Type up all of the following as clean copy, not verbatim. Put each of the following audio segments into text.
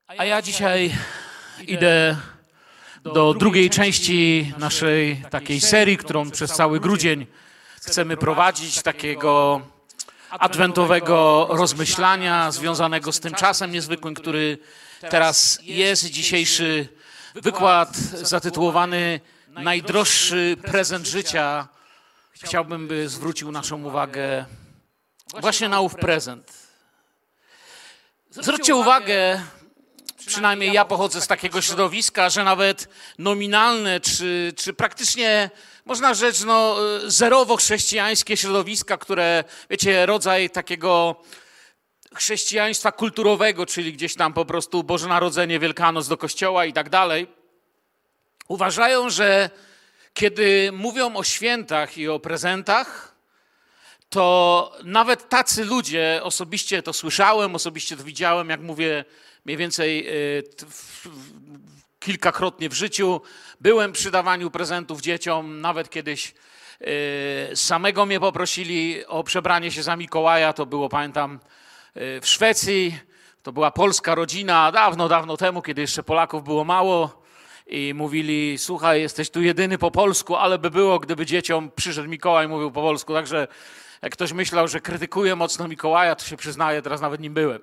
A ja dzisiaj idę do drugiej części naszej takiej serii, którą przez cały grudzień chcemy prowadzić, takiego adwentowego rozmyślania związanego z tym czasem niezwykłym, który teraz jest. Dzisiejszy wykład zatytułowany Najdroższy prezent życia. Chciałbym, by zwrócił naszą uwagę właśnie na ów prezent. Zwróćcie uwagę, przynajmniej ja pochodzę z takiego środowiska, że nawet nominalne, czy praktycznie, można rzec, zerowo chrześcijańskie środowiska, które, wiecie, rodzaj takiego chrześcijaństwa kulturowego, czyli gdzieś tam po prostu Boże Narodzenie, Wielkanoc do kościoła i tak dalej, uważają, że kiedy mówią o świętach i o prezentach, to nawet tacy ludzie, osobiście to słyszałem, osobiście to widziałem, jak mówię, mniej więcej kilkakrotnie w życiu. Byłem przy dawaniu prezentów dzieciom, nawet kiedyś samego mnie poprosili o przebranie się za Mikołaja, to było, pamiętam, w Szwecji, to była polska rodzina, dawno, dawno temu, kiedy jeszcze Polaków było mało i mówili, słuchaj, jesteś tu jedyny po polsku, ale by było, gdyby dzieciom przyszedł Mikołaj i mówił po polsku, także jak ktoś myślał, że krytykuje mocno Mikołaja, to się przyznaję, teraz nawet nim byłem.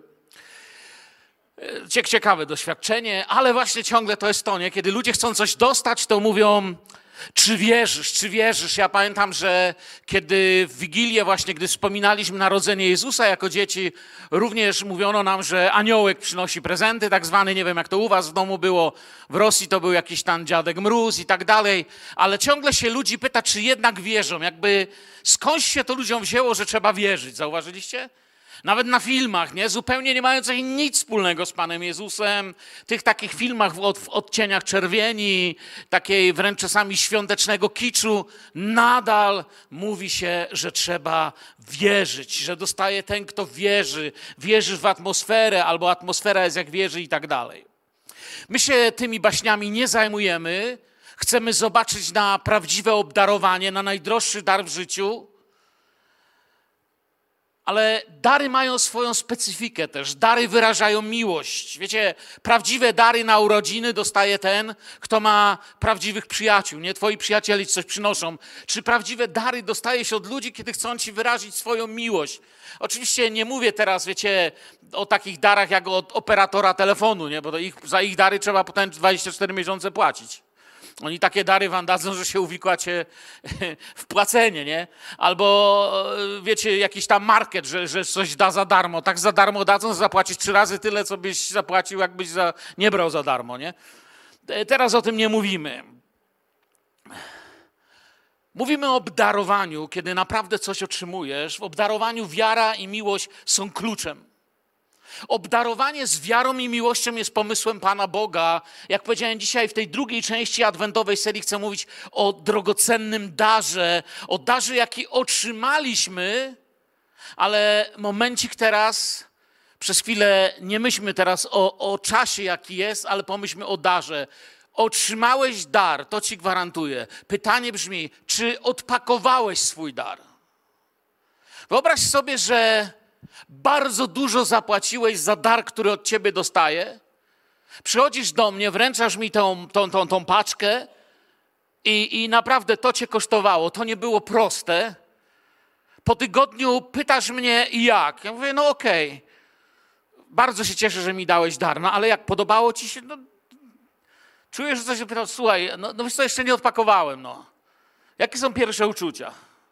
Ciekawe doświadczenie, ale właśnie ciągle to jest to, nie? Kiedy ludzie chcą coś dostać, to mówią, czy wierzysz, czy wierzysz. Ja pamiętam, że kiedy w Wigilię właśnie, gdy wspominaliśmy narodzenie Jezusa jako dzieci, również mówiono nam, że aniołek przynosi prezenty, tak zwany, nie wiem jak to u was w domu było, w Rosji to był jakiś tam dziadek mróz i tak dalej, ale ciągle się ludzi pyta, czy jednak wierzą, jakby skądś się to ludziom wzięło, że trzeba wierzyć, zauważyliście? Nawet na filmach, nie? Zupełnie nie mających nic wspólnego z Panem Jezusem, tych takich filmach w odcieniach czerwieni, takiej wręcz czasami świątecznego kiczu, nadal mówi się, że trzeba wierzyć, że dostaje ten, kto wierzy, wierzysz w atmosferę, albo atmosfera jest jak wierzy i tak dalej. My się tymi baśniami nie zajmujemy, chcemy zobaczyć na prawdziwe obdarowanie, na najdroższy dar w życiu. Ale dary mają swoją specyfikę też. Dary wyrażają miłość. Wiecie, prawdziwe dary na urodziny dostaje ten, kto ma prawdziwych przyjaciół. Nie twoi przyjaciele ci coś przynoszą. Czy prawdziwe dary dostaje się od ludzi, kiedy chcą ci wyrazić swoją miłość? Oczywiście nie mówię teraz, wiecie, o takich darach jak od operatora telefonu, nie? Bo za ich dary trzeba potem 24 miesiące płacić. Oni takie dary wam dadzą, że się uwikłacie w płacenie, nie? Albo, wiecie, jakiś tam market, że coś da za darmo. Tak za darmo dadzą, że zapłacisz 3 razy tyle, co byś zapłacił, jakbyś nie brał za darmo, nie? Teraz o tym nie mówimy. Mówimy o obdarowaniu, kiedy naprawdę coś otrzymujesz. W obdarowaniu wiara i miłość są kluczem. Obdarowanie z wiarą i miłością jest pomysłem Pana Boga. Jak powiedziałem dzisiaj w tej drugiej części adwentowej serii chcę mówić o drogocennym darze, o darze, jaki otrzymaliśmy, ale momencik teraz, przez chwilę nie myślmy teraz o czasie, jaki jest, ale pomyślmy o darze. Otrzymałeś dar, to ci gwarantuję. Pytanie brzmi, czy odpakowałeś swój dar? Wyobraź sobie, że bardzo dużo zapłaciłeś za dar, który od ciebie dostaję. Przychodzisz do mnie, wręczasz mi tą paczkę i naprawdę to cię kosztowało. To nie było proste. Po tygodniu pytasz mnie jak? Ja mówię, no okej. Bardzo się cieszę, że mi dałeś dar, no ale jak podobało ci się? No, czujesz, że coś się pytał, słuchaj, no wiesz co, jeszcze nie odpakowałem, no. Jakie są pierwsze uczucia?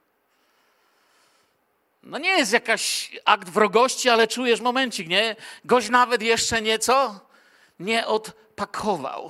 No nie jest jakaś akt wrogości, ale czujesz momencik, nie? Gość nawet jeszcze nieco nie odpakował.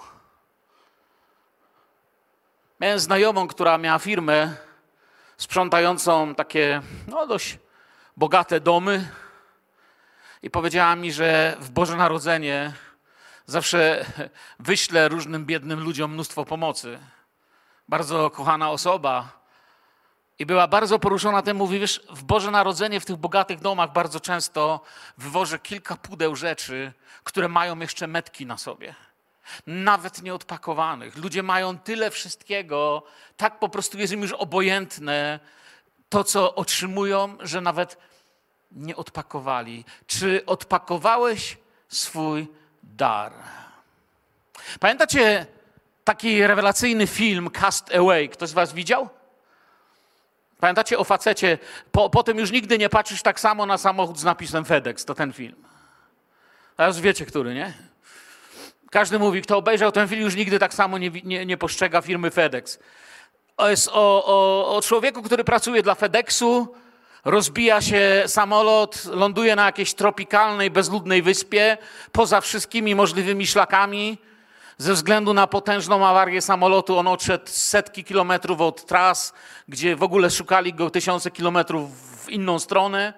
Miałem znajomą, która miała firmę sprzątającą takie dość bogate domy i powiedziała mi, że w Boże Narodzenie zawsze wyślę różnym biednym ludziom mnóstwo pomocy. Bardzo kochana osoba. I była bardzo poruszona tym, mówi, wiesz, w Boże Narodzenie w tych bogatych domach bardzo często wywożę kilka pudeł rzeczy, które mają jeszcze metki na sobie. Nawet nieodpakowanych. Ludzie mają tyle wszystkiego, tak po prostu jest im już obojętne to, co otrzymują, że nawet nie odpakowali. Czy odpakowałeś swój dar. Pamiętacie taki rewelacyjny film Cast Away? Ktoś z was widział? Pamiętacie o facecie? Potem już nigdy nie patrzysz tak samo na samochód z napisem FedEx. To ten film. Teraz wiecie, który, nie? Każdy mówi, kto obejrzał ten film, już nigdy tak samo nie postrzega firmy FedEx. To jest o człowieku, który pracuje dla FedExu, rozbija się samolot, ląduje na jakiejś tropikalnej, bezludnej wyspie, poza wszystkimi możliwymi szlakami. Ze względu na potężną awarię samolotu on odszedł setki kilometrów od tras, gdzie w ogóle szukali go tysiące kilometrów w inną stronę.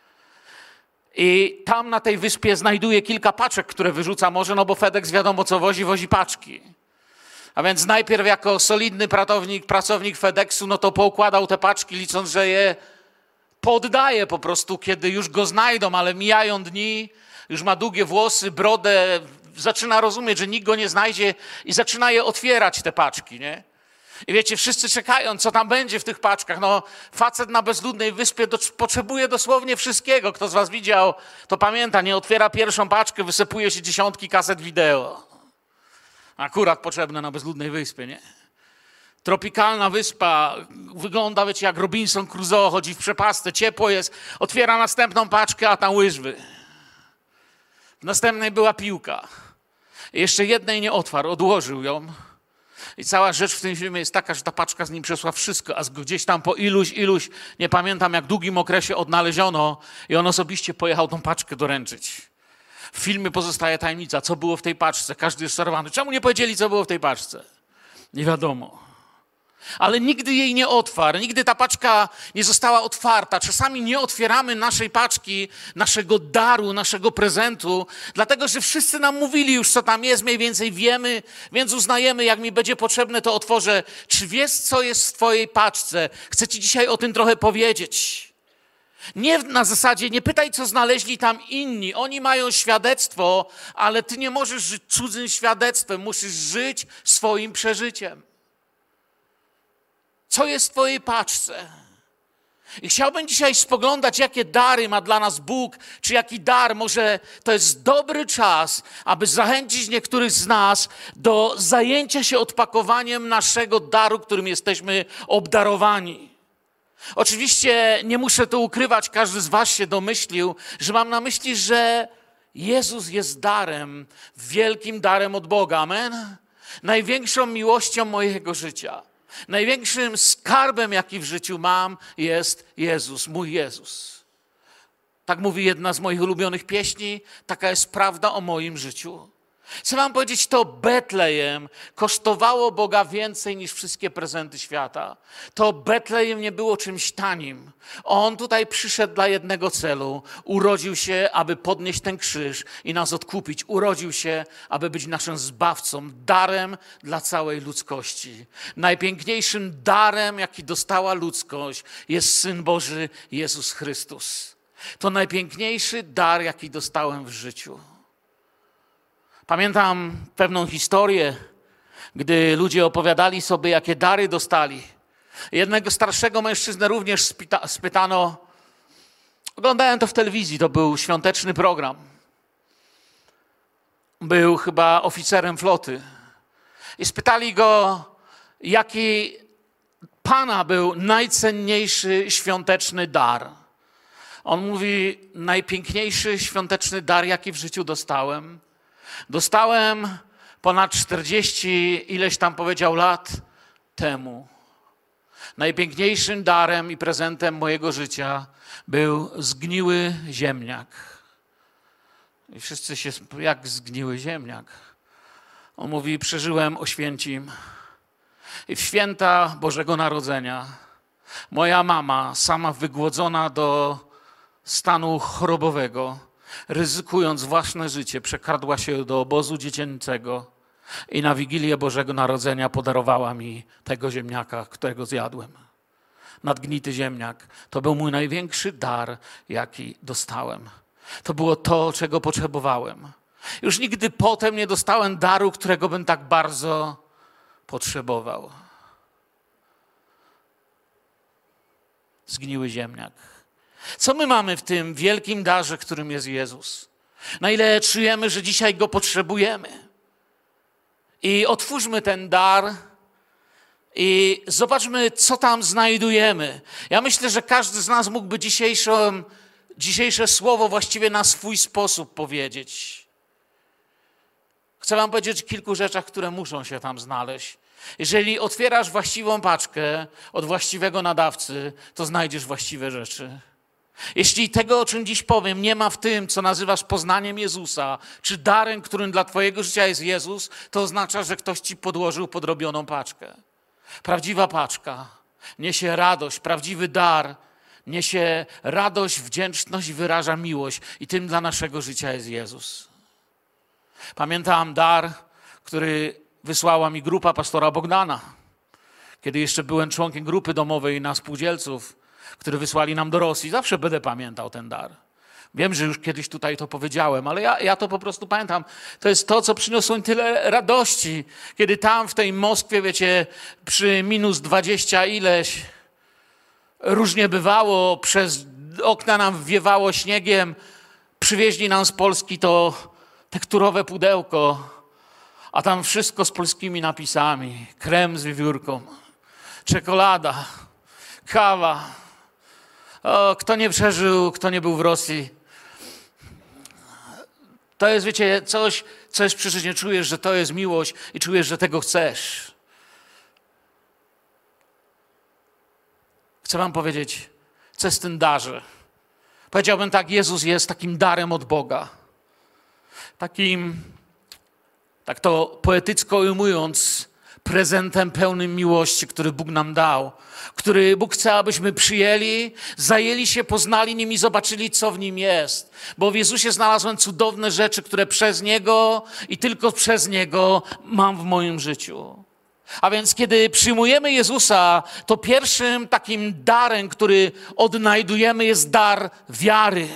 I tam na tej wyspie znajduje kilka paczek, które wyrzuca może, no bo FedEx wiadomo co wozi paczki. A więc najpierw jako solidny pracownik FedExu, no to poukładał te paczki, licząc, że je poddaje po prostu, kiedy już go znajdą, ale mijają dni, już ma długie włosy, brodę, zaczyna rozumieć, że nikt go nie znajdzie i zaczyna je otwierać, te paczki, nie? I wiecie, wszyscy czekają, co tam będzie w tych paczkach. No, facet na bezludnej wyspie potrzebuje dosłownie wszystkiego. Kto z was widział, to pamięta, nie otwiera pierwszą paczkę, wysypuje się dziesiątki kaset wideo. Akurat potrzebne na bezludnej wyspie, nie? Tropikalna wyspa, wygląda, wiecie, jak Robinson Crusoe, chodzi w przepastce, ciepło jest, otwiera następną paczkę, a tam łyżwy. W następnej była piłka. I jeszcze jednej nie otwarł, odłożył ją. I cała rzecz w tym filmie jest taka, że ta paczka z nim przeszła wszystko, a gdzieś tam po iluś, nie pamiętam jak długim okresie odnaleziono i on osobiście pojechał tą paczkę doręczyć. W filmie pozostaje tajemnica, co było w tej paczce. Każdy jest szarowany. Czemu nie powiedzieli, co było w tej paczce? Nie wiadomo. Ale nigdy jej nie otwarł, nigdy ta paczka nie została otwarta. Czasami nie otwieramy naszej paczki, naszego daru, naszego prezentu, dlatego że wszyscy nam mówili już, co tam jest, mniej więcej wiemy, więc uznajemy, jak mi będzie potrzebne, to otworzę. Czy wiesz, co jest w twojej paczce? Chcę ci dzisiaj o tym trochę powiedzieć. Nie na zasadzie, nie pytaj, co znaleźli tam inni. Oni mają świadectwo, ale ty nie możesz żyć cudzym świadectwem, musisz żyć swoim przeżyciem. Co jest w twojej paczce? I chciałbym dzisiaj spoglądać, jakie dary ma dla nas Bóg, czy jaki dar, może to jest dobry czas, aby zachęcić niektórych z nas do zajęcia się odpakowaniem naszego daru, którym jesteśmy obdarowani. Oczywiście nie muszę tu ukrywać, każdy z was się domyślił, że mam na myśli, że Jezus jest darem, wielkim darem od Boga, amen? Największą miłością mojego życia. Największym skarbem, jaki w życiu mam, jest Jezus, mój Jezus. Tak mówi jedna z moich ulubionych pieśni, taka jest prawda o moim życiu. Chcę wam powiedzieć, to Betlejem kosztowało Boga więcej niż wszystkie prezenty świata. To Betlejem nie było czymś tanim. On tutaj przyszedł dla jednego celu. Urodził się, aby podnieść ten krzyż i nas odkupić. Urodził się, aby być naszym zbawcą, darem dla całej ludzkości. Najpiękniejszym darem, jaki dostała ludzkość, jest Syn Boży Jezus Chrystus. To najpiękniejszy dar, jaki dostałem w życiu. Pamiętam pewną historię, gdy ludzie opowiadali sobie, jakie dary dostali. Jednego starszego mężczyznę również spytano, oglądałem to w telewizji, to był świąteczny program. Był chyba oficerem floty. I spytali go, jaki Pana był najcenniejszy świąteczny dar. On mówi, najpiękniejszy świąteczny dar, jaki w życiu dostałem. Dostałem ponad 40 ileś tam powiedział lat temu. Najpiękniejszym darem i prezentem mojego życia był zgniły ziemniak. I wszyscy się, jak zgniły ziemniak? On mówi, przeżyłem Oświęcim. I w święta Bożego Narodzenia moja mama, sama wygłodzona do stanu chorobowego, ryzykując własne życie, przekradła się do obozu dziecięcego i na Wigilię Bożego Narodzenia podarowała mi tego ziemniaka, którego zjadłem. Nadgnity ziemniak. To był mój największy dar, jaki dostałem. To było to, czego potrzebowałem. Już nigdy potem nie dostałem daru, którego bym tak bardzo potrzebował. Zgniły ziemniak. Co my mamy w tym wielkim darze, którym jest Jezus? Na ile czujemy, że dzisiaj go potrzebujemy. I otwórzmy ten dar i zobaczmy, co tam znajdujemy. Ja myślę, że każdy z nas mógłby dzisiejsze słowo właściwie na swój sposób powiedzieć. Chcę wam powiedzieć o kilku rzeczach, które muszą się tam znaleźć. Jeżeli otwierasz właściwą paczkę od właściwego nadawcy, to znajdziesz właściwe rzeczy. Jeśli tego, o czym dziś powiem, nie ma w tym, co nazywasz poznaniem Jezusa, czy darem, którym dla twojego życia jest Jezus, to oznacza, że ktoś ci podłożył podrobioną paczkę. Prawdziwa paczka niesie radość, prawdziwy dar niesie radość, wdzięczność i wyraża miłość. I tym dla naszego życia jest Jezus. Pamiętam dar, który wysłała mi grupa pastora Bogdana, kiedy jeszcze byłem członkiem grupy domowej na spółdzielców, który wysłali nam do Rosji. Zawsze będę pamiętał ten dar. Wiem, że już kiedyś tutaj to powiedziałem, ale ja to po prostu pamiętam. To jest to, co przyniosło mi tyle radości, kiedy tam w tej Moskwie, wiecie, przy minus 20 ileś, różnie bywało, przez okna nam wiewało śniegiem, przywieźli nam z Polski to tekturowe pudełko, a tam wszystko z polskimi napisami. Krem z wiewiórką, czekolada, kawa. O, kto nie przeżył, kto nie był w Rosji. To jest, wiecie, coś, co jest przy życiu. Czujesz, że to jest miłość i czujesz, że tego chcesz. Chcę wam powiedzieć, co jest w tym darze. Powiedziałbym tak, Jezus jest takim darem od Boga. Takim, tak to poetycko ujmując, prezentem pełnym miłości, który Bóg nam dał, który Bóg chce, abyśmy przyjęli, zajęli się, poznali nim i zobaczyli, co w nim jest. Bo w Jezusie znalazłem cudowne rzeczy, które przez Niego i tylko przez Niego mam w moim życiu. A więc kiedy przyjmujemy Jezusa, to pierwszym takim darem, który odnajdujemy, jest dar wiary.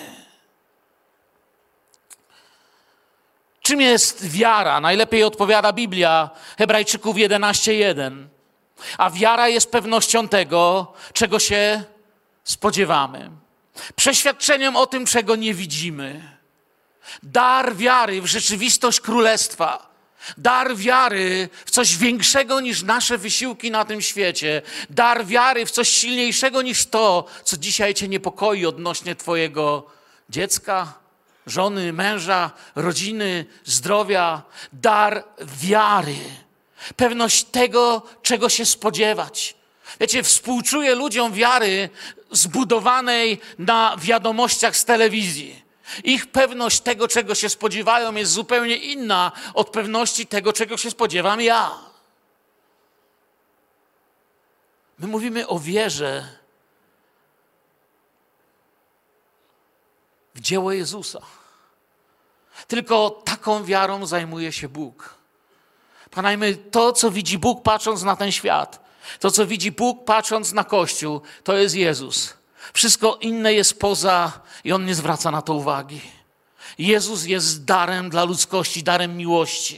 Czym jest wiara? Najlepiej odpowiada Biblia, Hebrajczyków 11:1. A wiara jest pewnością tego, czego się spodziewamy. Przeświadczeniem o tym, czego nie widzimy. Dar wiary w rzeczywistość królestwa. Dar wiary w coś większego niż nasze wysiłki na tym świecie. Dar wiary w coś silniejszego niż to, co dzisiaj cię niepokoi odnośnie twojego dziecka, żony, męża, rodziny, zdrowia. Dar wiary. Pewność tego, czego się spodziewać. Wiecie, współczuję ludziom wiary zbudowanej na wiadomościach z telewizji. Ich pewność tego, czego się spodziewają, jest zupełnie inna od pewności tego, czego się spodziewam ja. My mówimy o wierze w dzieło Jezusa. Tylko taką wiarą zajmuje się Bóg. Pamiętajmy, to, co widzi Bóg patrząc na ten świat, to, co widzi Bóg patrząc na Kościół, to jest Jezus. Wszystko inne jest poza i On nie zwraca na to uwagi. Jezus jest darem dla ludzkości, darem miłości.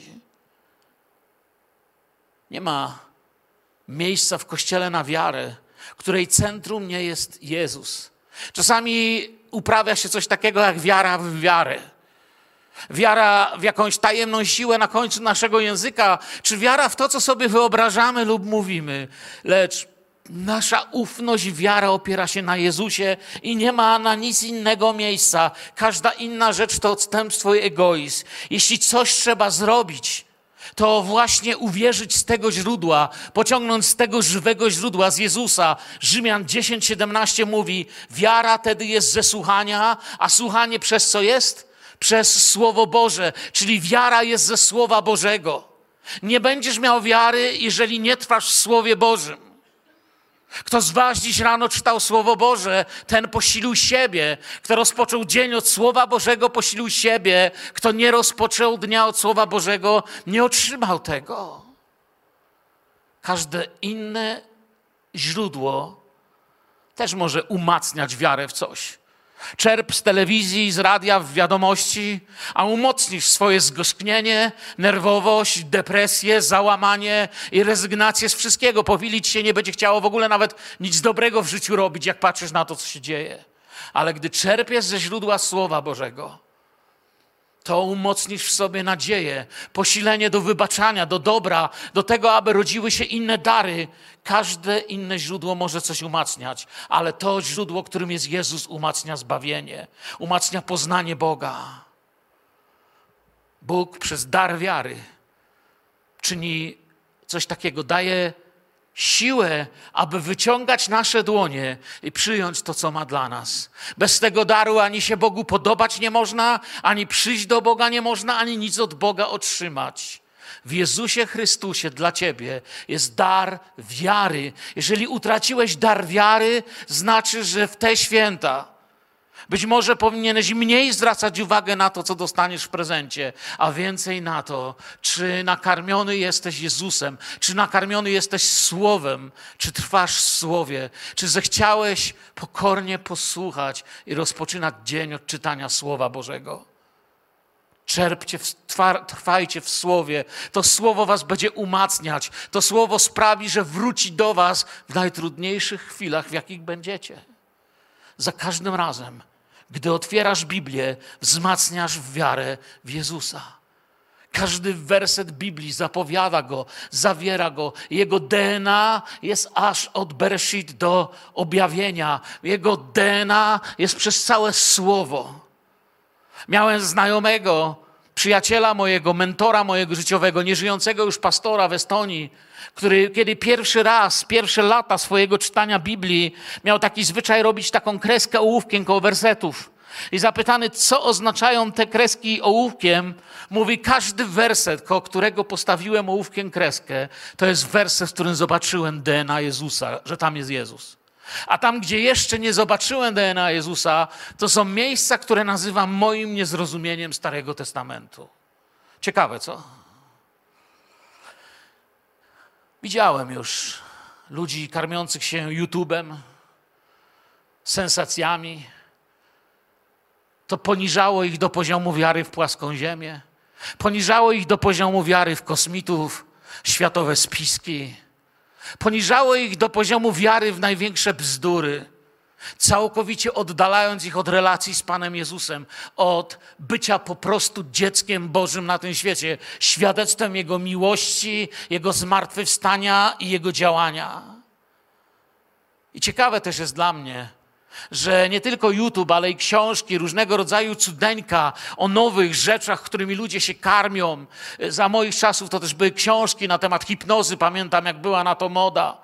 Nie ma miejsca w Kościele na wiarę, której centrum nie jest Jezus. Czasami uprawia się coś takiego jak wiara w wiarę. Wiara w jakąś tajemną siłę na końcu naszego języka, czy wiara w to, co sobie wyobrażamy lub mówimy. Lecz nasza ufność i wiara opiera się na Jezusie i nie ma na nic innego miejsca. Każda inna rzecz to odstępstwo i egoizm. Jeśli coś trzeba zrobić, to właśnie uwierzyć z tego źródła, pociągnąć z tego żywego źródła, z Jezusa. Rzymian 10:17 mówi, wiara tedy jest ze słuchania, a słuchanie przez co jest? Przez Słowo Boże, czyli wiara jest ze Słowa Bożego. Nie będziesz miał wiary, jeżeli nie trwasz w Słowie Bożym. Kto z was dziś rano czytał Słowo Boże, ten posilił siebie. Kto rozpoczął dzień od Słowa Bożego, posilił siebie. Kto nie rozpoczął dnia od Słowa Bożego, nie otrzymał tego. Każde inne źródło też może umacniać wiarę w coś. Czerp z telewizji, z radia, w wiadomości, a umocnisz swoje zgorzknienie, nerwowość, depresję, załamanie i rezygnację z wszystkiego. Powilić się nie będzie chciało w ogóle nawet nic dobrego w życiu robić, jak patrzysz na to, co się dzieje. Ale gdy czerpiesz ze źródła Słowa Bożego, to umocnisz w sobie nadzieję, posilenie do wybaczania, do dobra, do tego, aby rodziły się inne dary. Każde inne źródło może coś umacniać, ale to źródło, którym jest Jezus, umacnia zbawienie, umacnia poznanie Boga. Bóg przez dar wiary czyni coś takiego, daje siłę, aby wyciągać nasze dłonie i przyjąć to, co ma dla nas. Bez tego daru ani się Bogu podobać nie można, ani przyjść do Boga nie można, ani nic od Boga otrzymać. W Jezusie Chrystusie dla ciebie jest dar wiary. Jeżeli utraciłeś dar wiary, znaczy, że w te święta być może powinieneś mniej zwracać uwagę na to, co dostaniesz w prezencie, a więcej na to, czy nakarmiony jesteś Jezusem, czy nakarmiony jesteś Słowem, czy trwasz w Słowie, czy zechciałeś pokornie posłuchać i rozpoczynać dzień od czytania Słowa Bożego. Czerpcie, trwajcie w Słowie. To Słowo was będzie umacniać. To Słowo sprawi, że wróci do was w najtrudniejszych chwilach, w jakich będziecie. Za każdym razem, gdy otwierasz Biblię, wzmacniasz wiarę w Jezusa. Każdy werset Biblii zapowiada Go, zawiera Go. Jego DNA jest aż od Bereshit do objawienia. Jego DNA jest przez całe Słowo. Miałem znajomego, przyjaciela mojego, mentora mojego życiowego, nieżyjącego już pastora w Estonii, który kiedy pierwsze lata swojego czytania Biblii miał taki zwyczaj robić taką kreskę ołówkiem koło wersetów. I zapytany, co oznaczają te kreski ołówkiem, mówi, każdy werset, koło którego postawiłem ołówkiem kreskę, to jest werset, w którym zobaczyłem DNA Jezusa, że tam jest Jezus. A tam, gdzie jeszcze nie zobaczyłem DNA Jezusa, to są miejsca, które nazywam moim niezrozumieniem Starego Testamentu. Ciekawe, co? Widziałem już ludzi karmiących się YouTube'em, sensacjami. To poniżało ich do poziomu wiary w płaską ziemię. Poniżało ich do poziomu wiary w kosmitów, światowe spiski. Poniżało ich do poziomu wiary w największe bzdury, całkowicie oddalając ich od relacji z Panem Jezusem, od bycia po prostu dzieckiem Bożym na tym świecie, świadectwem Jego miłości, Jego zmartwychwstania i Jego działania. I ciekawe też jest dla mnie, że nie tylko YouTube, ale i książki, różnego rodzaju cudeńka o nowych rzeczach, którymi ludzie się karmią. Za moich czasów to też były książki na temat hipnozy. Pamiętam, jak była na to moda.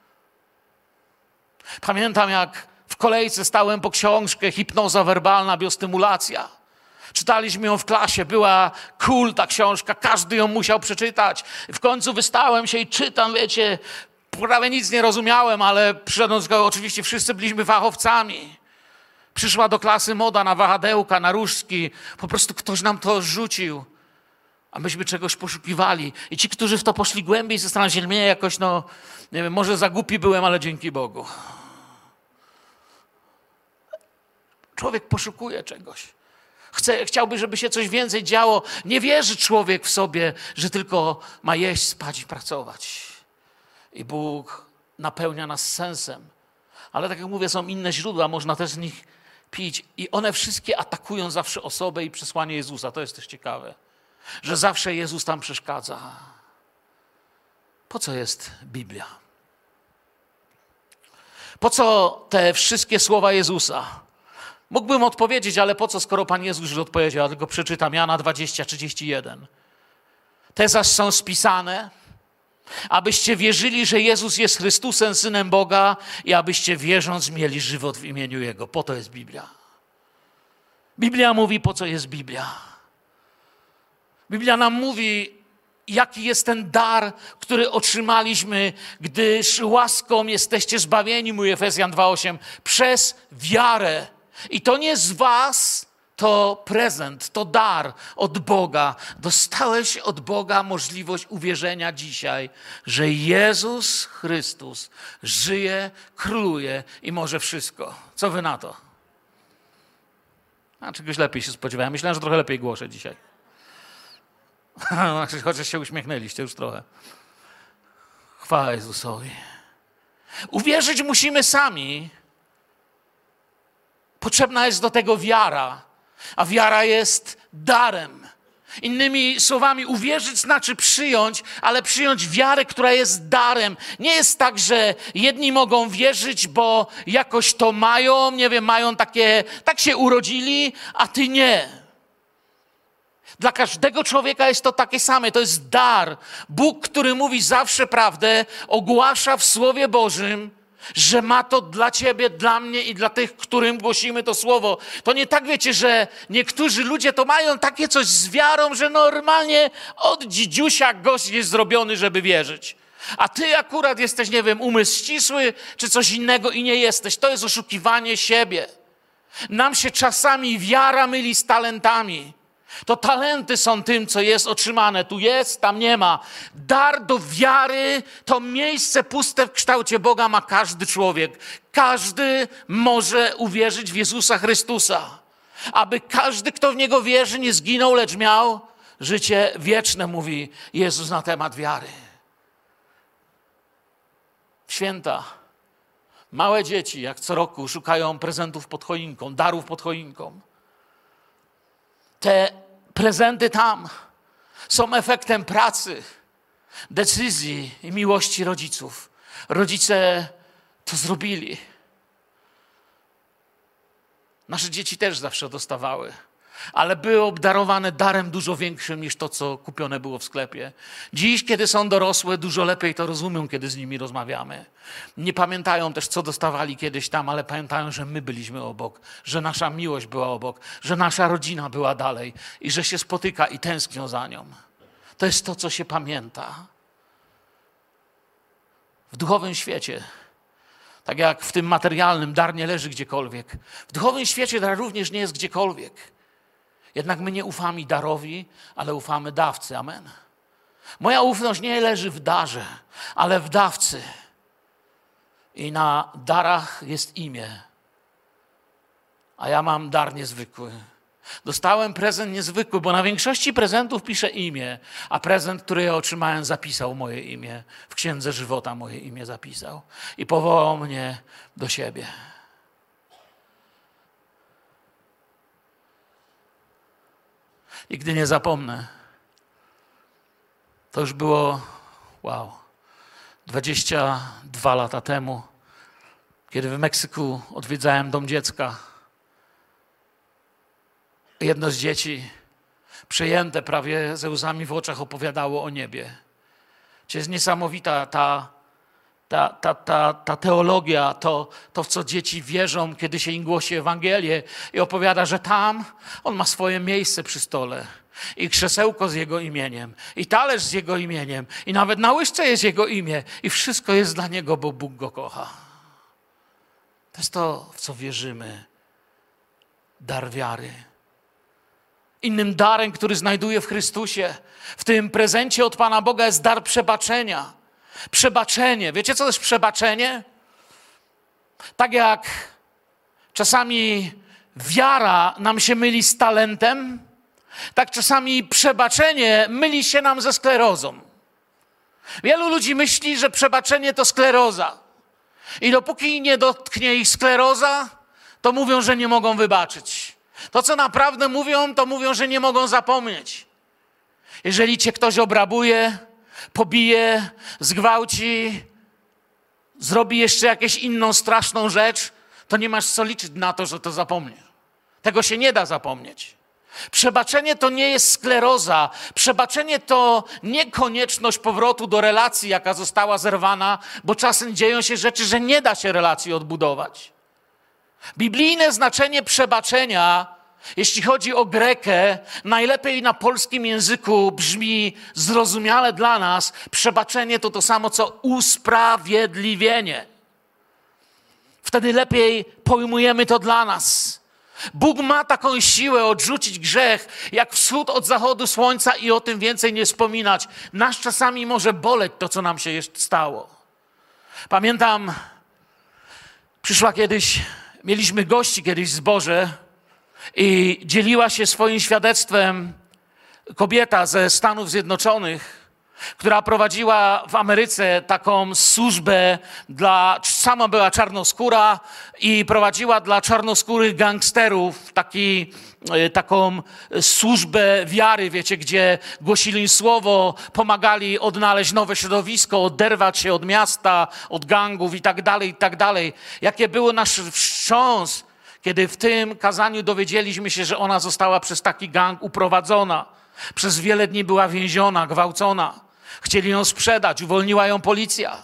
Pamiętam, jak w kolejce stałem po książkę Hipnoza werbalna, biostymulacja. Czytaliśmy ją w klasie, była cool ta książka, każdy ją musiał przeczytać. W końcu wystałem się i czytam, wiecie, prawie nic nie rozumiałem, ale przyszedłem, oczywiście wszyscy byliśmy fachowcami. Przyszła do klasy moda na wahadełka, na różdżki. Po prostu ktoś nam to rzucił, a myśmy czegoś poszukiwali. I ci, którzy w to poszli głębiej, zastanawiali się, mnie jakoś, nie wiem, może za głupi byłem, ale dzięki Bogu. Człowiek poszukuje czegoś. Chciałby, żeby się coś więcej działo. Nie wierzy człowiek w sobie, że tylko ma jeść, spać i pracować. I Bóg napełnia nas sensem. Ale tak jak mówię, są inne źródła, można też z nich pić. I one wszystkie atakują zawsze osobę i przesłanie Jezusa. To jest też ciekawe, że zawsze Jezus tam przeszkadza. Po co jest Biblia? Po co te wszystkie słowa Jezusa? Mógłbym odpowiedzieć, ale po co, skoro Pan Jezus już odpowiedział? Ja tylko przeczytam Jana 20:31. Te zaś są spisane, abyście wierzyli, że Jezus jest Chrystusem, Synem Boga i abyście wierząc mieli żywot w imieniu Jego. Po to jest Biblia. Biblia mówi, po co jest Biblia. Biblia nam mówi, jaki jest ten dar, który otrzymaliśmy, gdyż łaską jesteście zbawieni, mówi Efezjan 2:8, przez wiarę. I to nie z was, to prezent, to dar od Boga. Dostałeś od Boga możliwość uwierzenia dzisiaj, że Jezus Chrystus żyje, króluje i może wszystko. Co wy na to? A czegoś lepiej się spodziewałem. Myślałem, że trochę lepiej głoszę dzisiaj. Chociaż się uśmiechnęliście już trochę. Chwała Jezusowi. Uwierzyć musimy sami. Potrzebna jest do tego wiara. A wiara jest darem. Innymi słowami, uwierzyć znaczy przyjąć, ale przyjąć wiarę, która jest darem. Nie jest tak, że jedni mogą wierzyć, bo jakoś to mają, nie wiem, mają takie, tak się urodzili, a ty nie. Dla każdego człowieka jest to takie same, to jest dar. Bóg, który mówi zawsze prawdę, ogłasza w Słowie Bożym, że ma to dla ciebie, dla mnie i dla tych, którym głosimy to słowo. To nie tak, wiecie, że niektórzy ludzie to mają takie coś z wiarą, że normalnie od dzidziusia gość jest zrobiony, żeby wierzyć. A ty akurat jesteś, nie wiem, umysł ścisły, czy coś innego i nie jesteś. To jest oszukiwanie siebie. Nam się czasami wiara myli z talentami. To talenty są tym, co jest otrzymane. Tu jest, tam nie ma. Dar do wiary, to miejsce puste w kształcie Boga ma każdy człowiek. Każdy może uwierzyć w Jezusa Chrystusa. Aby każdy, kto w Niego wierzy, nie zginął, lecz miał życie wieczne, mówi Jezus na temat wiary. W święta małe dzieci, jak co roku, szukają prezentów pod choinką, darów pod choinką. Te prezenty tam są efektem pracy, decyzji i miłości rodziców. Rodzice to zrobili. Nasze dzieci też zawsze dostawały, ale były obdarowane darem dużo większym niż to, co kupione było w sklepie. Dziś, kiedy są dorosłe, dużo lepiej to rozumią, kiedy z nimi rozmawiamy. Nie pamiętają też, co dostawali kiedyś tam, ale pamiętają, że my byliśmy obok, że nasza miłość była obok, że nasza rodzina była dalej i że się spotyka i tęsknią za nią. To jest to, co się pamięta. W duchowym świecie, tak jak w tym materialnym, dar nie leży gdziekolwiek. W duchowym świecie dar również nie jest gdziekolwiek. Jednak my nie ufamy darowi, ale ufamy dawcy. Amen. Moja ufność nie leży w darze, ale w dawcy. I na darach jest imię. A ja mam dar niezwykły. Dostałem prezent niezwykły, bo na większości prezentów pisze imię, a prezent, który ja otrzymałem, zapisał moje imię. W Księdze Żywota moje imię zapisał. I powołał mnie do siebie. I gdy nie zapomnę, to już było, 22 lata temu, kiedy w Meksyku odwiedzałem dom dziecka. Jedno z dzieci, przejęte prawie ze łzami w oczach, opowiadało o niebie. To jest niesamowita ta teologia, to w co dzieci wierzą, kiedy się im głosi Ewangelię i opowiada, że tam on ma swoje miejsce przy stole i krzesełko z jego imieniem i talerz z jego imieniem i nawet na łyżce jest jego imię i wszystko jest dla niego, bo Bóg go kocha. To jest to, w co wierzymy. Dar wiary. Innym darem, który znajduję w Chrystusie, w tym prezencie od Pana Boga, jest dar przebaczenia. Przebaczenie. Wiecie, co to jest przebaczenie? Tak jak czasami wiara nam się myli z talentem, tak czasami przebaczenie myli się nam ze sklerozą. Wielu ludzi myśli, że przebaczenie to skleroza. I dopóki nie dotknie ich skleroza, to mówią, że nie mogą wybaczyć. To, co naprawdę mówią, to mówią, że nie mogą zapomnieć. Jeżeli cię ktoś obrabuje, pobije, zgwałci, zrobi jeszcze jakąś inną straszną rzecz, to nie masz co liczyć na to, że to zapomniesz. Tego się nie da zapomnieć. Przebaczenie to nie jest skleroza. Przebaczenie to nie konieczność powrotu do relacji, jaka została zerwana, bo czasem dzieją się rzeczy, że nie da się relacji odbudować. Biblijne znaczenie przebaczenia, jeśli chodzi o Grekę, najlepiej na polskim języku brzmi zrozumiale dla nas. Przebaczenie to samo, co usprawiedliwienie. Wtedy lepiej pojmujemy to dla nas. Bóg ma taką siłę odrzucić grzech, jak wschód od zachodu słońca i o tym więcej nie wspominać. Nas czasami może boleć to, co nam się jeszcze stało. Pamiętam, mieliśmy gości kiedyś w zborze i dzieliła się swoim świadectwem kobieta ze Stanów Zjednoczonych która prowadziła w Ameryce taką służbę sama była czarnoskóra i prowadziła dla czarnoskórych gangsterów taką służbę wiary, wiecie, gdzie głosili im słowo, pomagali odnaleźć nowe środowisko, oderwać się od miasta, od gangów i tak dalej, i tak dalej. Jakie było nasz wstrząs, kiedy w tym kazaniu dowiedzieliśmy się, że ona została przez taki gang uprowadzona. Przez wiele dni była więziona, gwałcona. Chcieli ją sprzedać, uwolniła ją policja.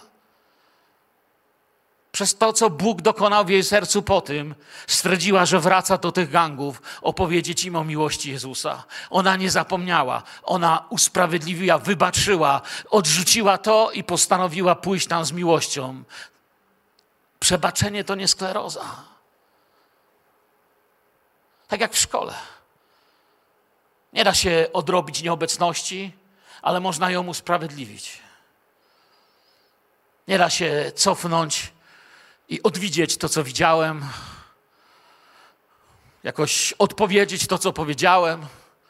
Przez to, co Bóg dokonał w jej sercu po tym, stwierdziła, że wraca do tych gangów opowiedzieć im o miłości Jezusa. Ona nie zapomniała. Ona usprawiedliwiła, wybaczyła, odrzuciła to i postanowiła pójść tam z miłością. Przebaczenie to nie skleroza. Tak jak w szkole. Nie da się odrobić nieobecności, ale można ją usprawiedliwić. Nie da się cofnąć i odwidzieć to, co widziałem. Jakoś odpowiedzieć to, co powiedziałem.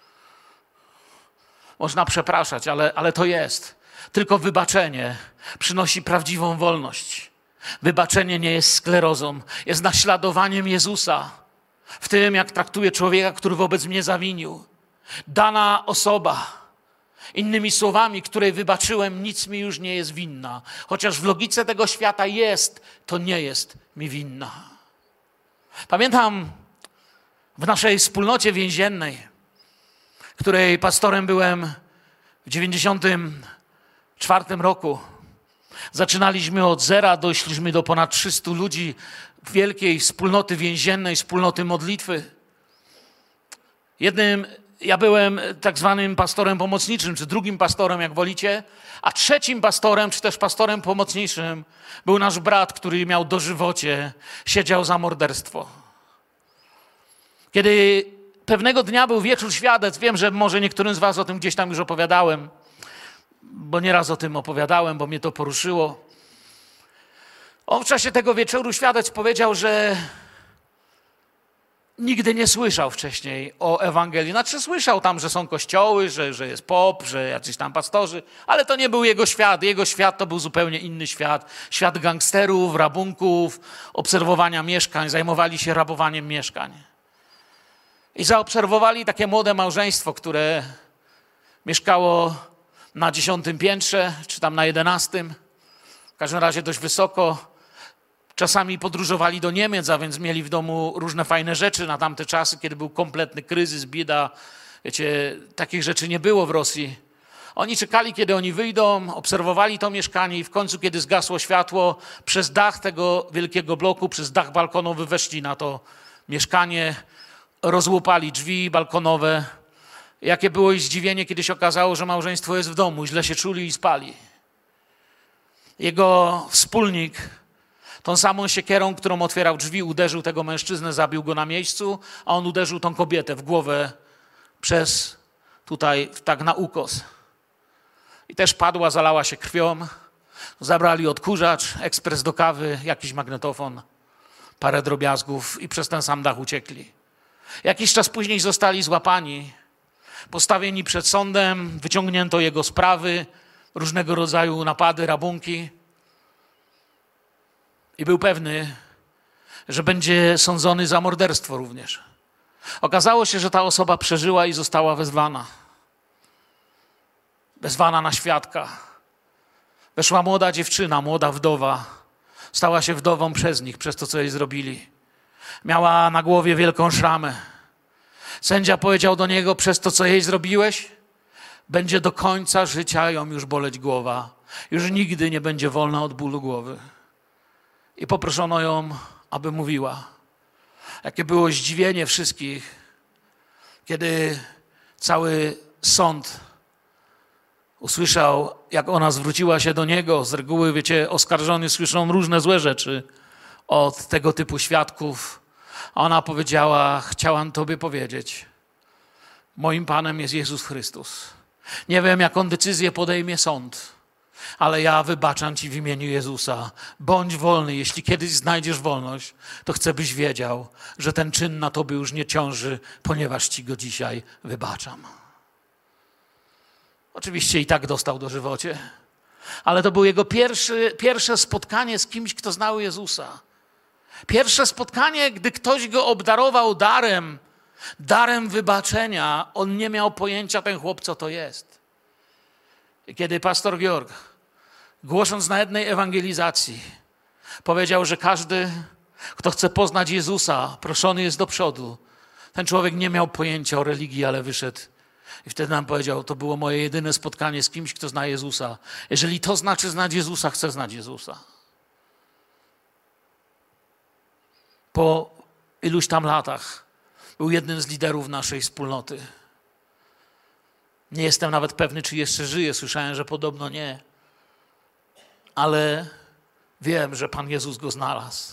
Można przepraszać, ale to jest. Tylko wybaczenie przynosi prawdziwą wolność. Wybaczenie nie jest sklerozą, jest naśladowaniem Jezusa w tym, jak traktuje człowieka, który wobec mnie zawinił. Dana osoba, innymi słowami, której wybaczyłem, nic mi już nie jest winna. Chociaż w logice tego świata jest, to nie jest mi winna. Pamiętam w naszej wspólnocie więziennej, której pastorem byłem w 1994 roku. Zaczynaliśmy od zera, doszliśmy do ponad 300 ludzi wielkiej wspólnoty więziennej, wspólnoty modlitwy. Ja byłem tak zwanym pastorem pomocniczym, czy drugim pastorem, jak wolicie, a trzecim pastorem, czy też pastorem pomocniczym był nasz brat, który miał dożywocie, siedział za morderstwo. Kiedy pewnego dnia był wieczór świadectw, wiem, że może niektórym z was o tym gdzieś tam już opowiadałem, bo nieraz o tym opowiadałem, bo mnie to poruszyło. On w czasie tego wieczoru świadectw powiedział, że nigdy nie słyszał wcześniej o Ewangelii. Znaczy słyszał tam, że są kościoły, że jest pop, że jacyś tam pastorzy, ale to nie był jego świat. Jego świat to był zupełnie inny świat. Świat gangsterów, rabunków, obserwowania mieszkań. Zajmowali się rabowaniem mieszkań. I zaobserwowali takie młode małżeństwo, które mieszkało na 10. piętrze, czy tam na 11. W każdym razie dość wysoko. Czasami podróżowali do Niemiec, a więc mieli w domu różne fajne rzeczy na tamte czasy, kiedy był kompletny kryzys, bieda. Wiecie, takich rzeczy nie było w Rosji. Oni czekali, kiedy oni wyjdą, obserwowali to mieszkanie i w końcu, kiedy zgasło światło, przez dach tego wielkiego bloku, przez dach balkonowy weszli na to mieszkanie, rozłupali drzwi balkonowe. Jakie było ich zdziwienie, kiedy się okazało, że małżeństwo jest w domu, źle się czuli i spali. Jego wspólnik tą samą siekierą, którą otwierał drzwi, uderzył tego mężczyznę, zabił go na miejscu, a on uderzył tą kobietę w głowę przez tutaj tak na ukos. I też padła, zalała się krwią. Zabrali odkurzacz, ekspres do kawy, jakiś magnetofon, parę drobiazgów i przez ten sam dach uciekli. Jakiś czas później zostali złapani, postawieni przed sądem, wyciągnięto jego sprawy, różnego rodzaju napady, rabunki. I był pewny, że będzie sądzony za morderstwo również. Okazało się, że ta osoba przeżyła i została wezwana. Wezwana na świadka. Weszła młoda dziewczyna, młoda wdowa. Stała się wdową przez nich, przez to, co jej zrobili. Miała na głowie wielką szramę. Sędzia powiedział do niego, przez to, co jej zrobiłeś, będzie do końca życia ją już boleć głowa. Już nigdy nie będzie wolna od bólu głowy. I poproszono ją, aby mówiła. Jakie było zdziwienie wszystkich, kiedy cały sąd usłyszał, jak ona zwróciła się do niego. Z reguły, wiecie, oskarżeni słyszą różne złe rzeczy od tego typu świadków. A ona powiedziała, chciałam tobie powiedzieć, moim Panem jest Jezus Chrystus. Nie wiem, jaką decyzję podejmie sąd, ale ja wybaczam ci w imieniu Jezusa. Bądź wolny. Jeśli kiedyś znajdziesz wolność, to chcę, byś wiedział, że ten czyn na tobie już nie ciąży, ponieważ ci go dzisiaj wybaczam. Oczywiście i tak dostał dożywocie. Ale to było jego pierwsze spotkanie z kimś, kto znał Jezusa. Pierwsze spotkanie, gdy ktoś go obdarował darem wybaczenia, on nie miał pojęcia, ten chłop, co to jest. I kiedy pastor Georg, głosząc na jednej ewangelizacji, powiedział, że każdy, kto chce poznać Jezusa, proszony jest do przodu. Ten człowiek nie miał pojęcia o religii, ale wyszedł. I wtedy nam powiedział, to było moje jedyne spotkanie z kimś, kto zna Jezusa. Jeżeli to znaczy znać Jezusa, chcę znać Jezusa. Po iluś tam latach był jednym z liderów naszej wspólnoty. Nie jestem nawet pewny, czy jeszcze żyje. Słyszałem, że podobno nie. Ale wiem, że Pan Jezus go znalazł.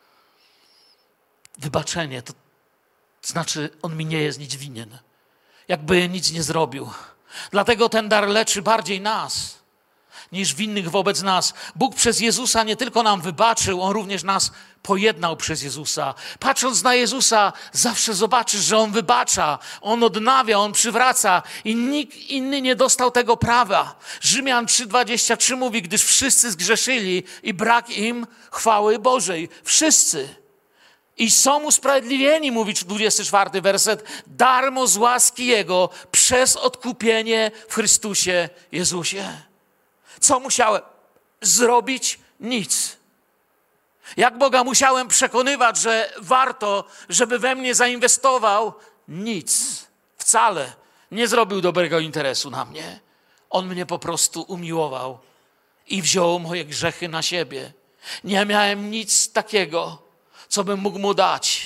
Wybaczenie to znaczy, on mi nie jest nic winien. Jakby nic nie zrobił. Dlatego ten dar leczy bardziej nas, niż winnych wobec nas. Bóg przez Jezusa nie tylko nam wybaczył, On również nas pojednał przez Jezusa. Patrząc na Jezusa, zawsze zobaczysz, że On wybacza, On odnawia, On przywraca i nikt inny nie dostał tego prawa. Rzymian 3,23 mówi, gdyż wszyscy zgrzeszyli i brak im chwały Bożej. Wszyscy. I są usprawiedliwieni, mówi 24 werset, darmo z łaski Jego przez odkupienie w Chrystusie Jezusie. Co musiałem zrobić? Nic. Jak Boga musiałem przekonywać, że warto, żeby we mnie zainwestował? Nic. Wcale nie zrobił dobrego interesu na mnie. On mnie po prostu umiłował i wziął moje grzechy na siebie. Nie miałem nic takiego, co bym mógł mu dać.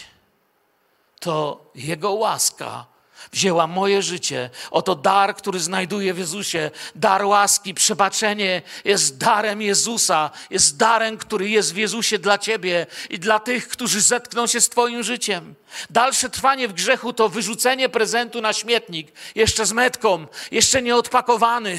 To Jego łaska wzięła moje życie. Oto dar, który znajduję w Jezusie. Dar łaski, przebaczenie jest darem Jezusa. Jest darem, który jest w Jezusie dla ciebie i dla tych, którzy zetkną się z twoim życiem. Dalsze trwanie w grzechu to wyrzucenie prezentu na śmietnik. Jeszcze z metką, jeszcze nie odpakowany.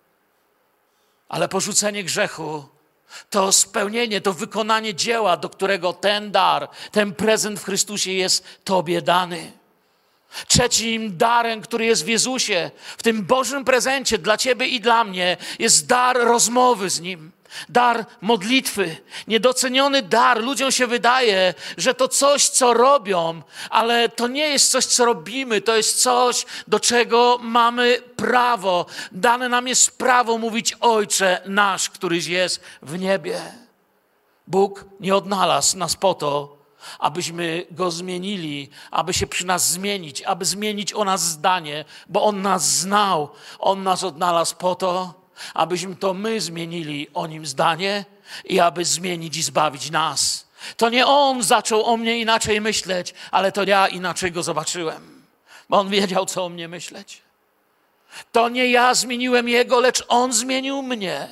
Ale porzucenie grzechu to spełnienie, to wykonanie dzieła, do którego ten dar, ten prezent w Chrystusie jest tobie dany. Trzecim darem, który jest w Jezusie, w tym Bożym prezencie dla ciebie i dla mnie, jest dar rozmowy z Nim. Dar modlitwy. Niedoceniony dar. Ludziom się wydaje, że to coś, co robią, ale to nie jest coś, co robimy. To jest coś, do czego mamy prawo. Dane nam jest prawo mówić Ojcze nasz, któryś jest w niebie. Bóg nie odnalazł nas po to, abyśmy Go zmienili, aby się przy nas zmienić, aby zmienić o nas zdanie, bo On nas znał. On nas odnalazł po to, abyśmy to my zmienili o Nim zdanie i aby zmienić i zbawić nas. To nie On zaczął o mnie inaczej myśleć, ale to ja inaczej Go zobaczyłem, bo On wiedział, co o mnie myśleć. To nie ja zmieniłem Jego, lecz On zmienił mnie.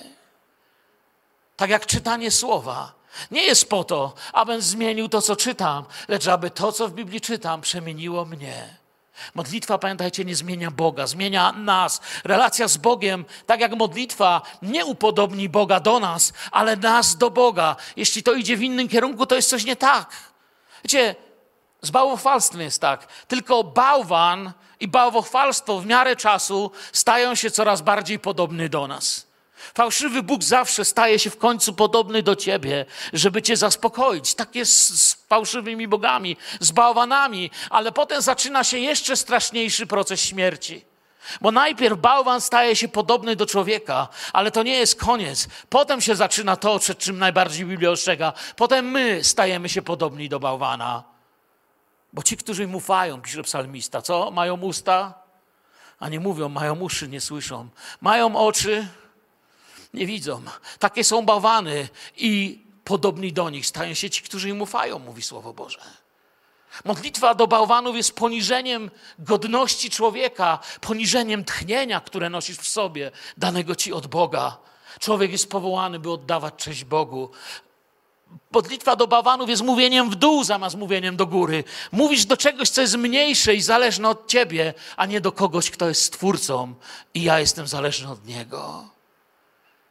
Tak jak czytanie słowa nie jest po to, abym zmienił to, co czytam, lecz aby to, co w Biblii czytam, przemieniło mnie. Modlitwa, pamiętajcie, nie zmienia Boga, zmienia nas. Relacja z Bogiem, tak jak modlitwa, nie upodobni Boga do nas, ale nas do Boga. Jeśli to idzie w innym kierunku, to jest coś nie tak. Wiecie, z bałwochwalstwem jest tak. Tylko bałwan i bałwochwalstwo w miarę czasu stają się coraz bardziej podobny do nas. Fałszywy Bóg zawsze staje się w końcu podobny do ciebie, żeby cię zaspokoić. Tak jest z fałszywymi bogami, z bałwanami, ale potem zaczyna się jeszcze straszniejszy proces śmierci. Bo najpierw bałwan staje się podobny do człowieka, ale to nie jest koniec. Potem się zaczyna to, przed czym najbardziej Biblia ostrzega. Potem my stajemy się podobni do bałwana. Bo ci, którzy im ufają, pisze psalmista, co? Mają usta, a nie mówią, mają uszy, nie słyszą. Mają oczy, nie widzą. Takie są bałwany i podobni do nich stają się ci, którzy im ufają, mówi Słowo Boże. Modlitwa do bałwanów jest poniżeniem godności człowieka, poniżeniem tchnienia, które nosisz w sobie, danego ci od Boga. Człowiek jest powołany, by oddawać cześć Bogu. Modlitwa do bałwanów jest mówieniem w dół zamiast mówieniem do góry. Mówisz do czegoś, co jest mniejsze i zależne od ciebie, a nie do kogoś, kto jest Stwórcą i ja jestem zależny od Niego.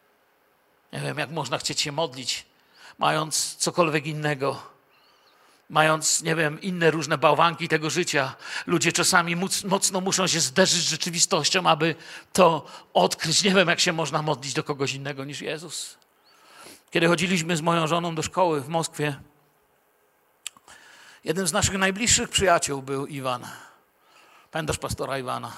Nie wiem, jak można chcieć się modlić, mając cokolwiek innego. mając, nie wiem, inne różne bałwanki tego życia. Ludzie czasami mocno muszą się zderzyć z rzeczywistością, aby to odkryć. Nie wiem, jak się można modlić do kogoś innego niż Jezus. Kiedy chodziliśmy z moją żoną do szkoły w Moskwie, jednym z naszych najbliższych przyjaciół był Iwan. Pamiętasz pastora Iwana?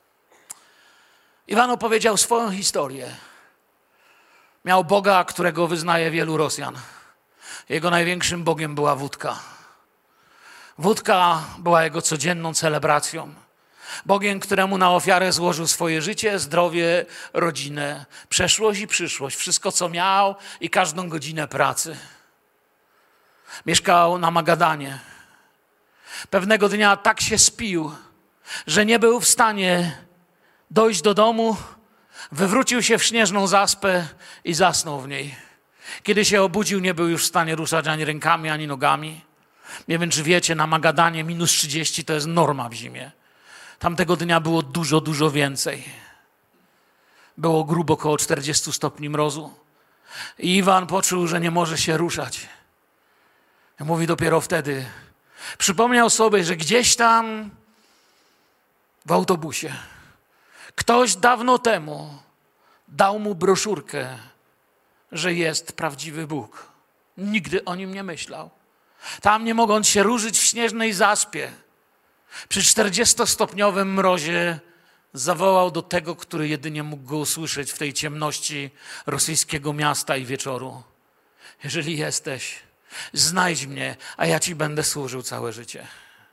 Iwan opowiedział swoją historię. Miał Boga, którego wyznaje wielu Rosjan. Jego największym Bogiem była wódka. Wódka była jego codzienną celebracją. Bogiem, któremu na ofiarę złożył swoje życie, zdrowie, rodzinę, przeszłość i przyszłość, wszystko co miał i każdą godzinę pracy. Mieszkał na Magadanie. Pewnego dnia tak się spił, że nie był w stanie dojść do domu, wywrócił się w śnieżną zaspę i zasnął w niej. Kiedy się obudził, nie był już w stanie ruszać ani rękami, ani nogami. Nie wiem, czy wiecie, na Magadanie minus 30 to jest norma w zimie. Tamtego dnia było dużo, dużo więcej. Było grubo około 40 stopni mrozu. I Iwan poczuł, że nie może się ruszać. Mówi dopiero wtedy. Przypomniał sobie, że gdzieś tam w autobusie ktoś dawno temu dał mu broszurkę, że jest prawdziwy Bóg. Nigdy o nim nie myślał. Tam, nie mogąc się ruszyć w śnieżnej zaspie, przy 40-stopniowym mrozie zawołał do tego, który jedynie mógł go usłyszeć w tej ciemności rosyjskiego miasta i wieczoru. Jeżeli jesteś, znajdź mnie, a ja ci będę służył całe życie.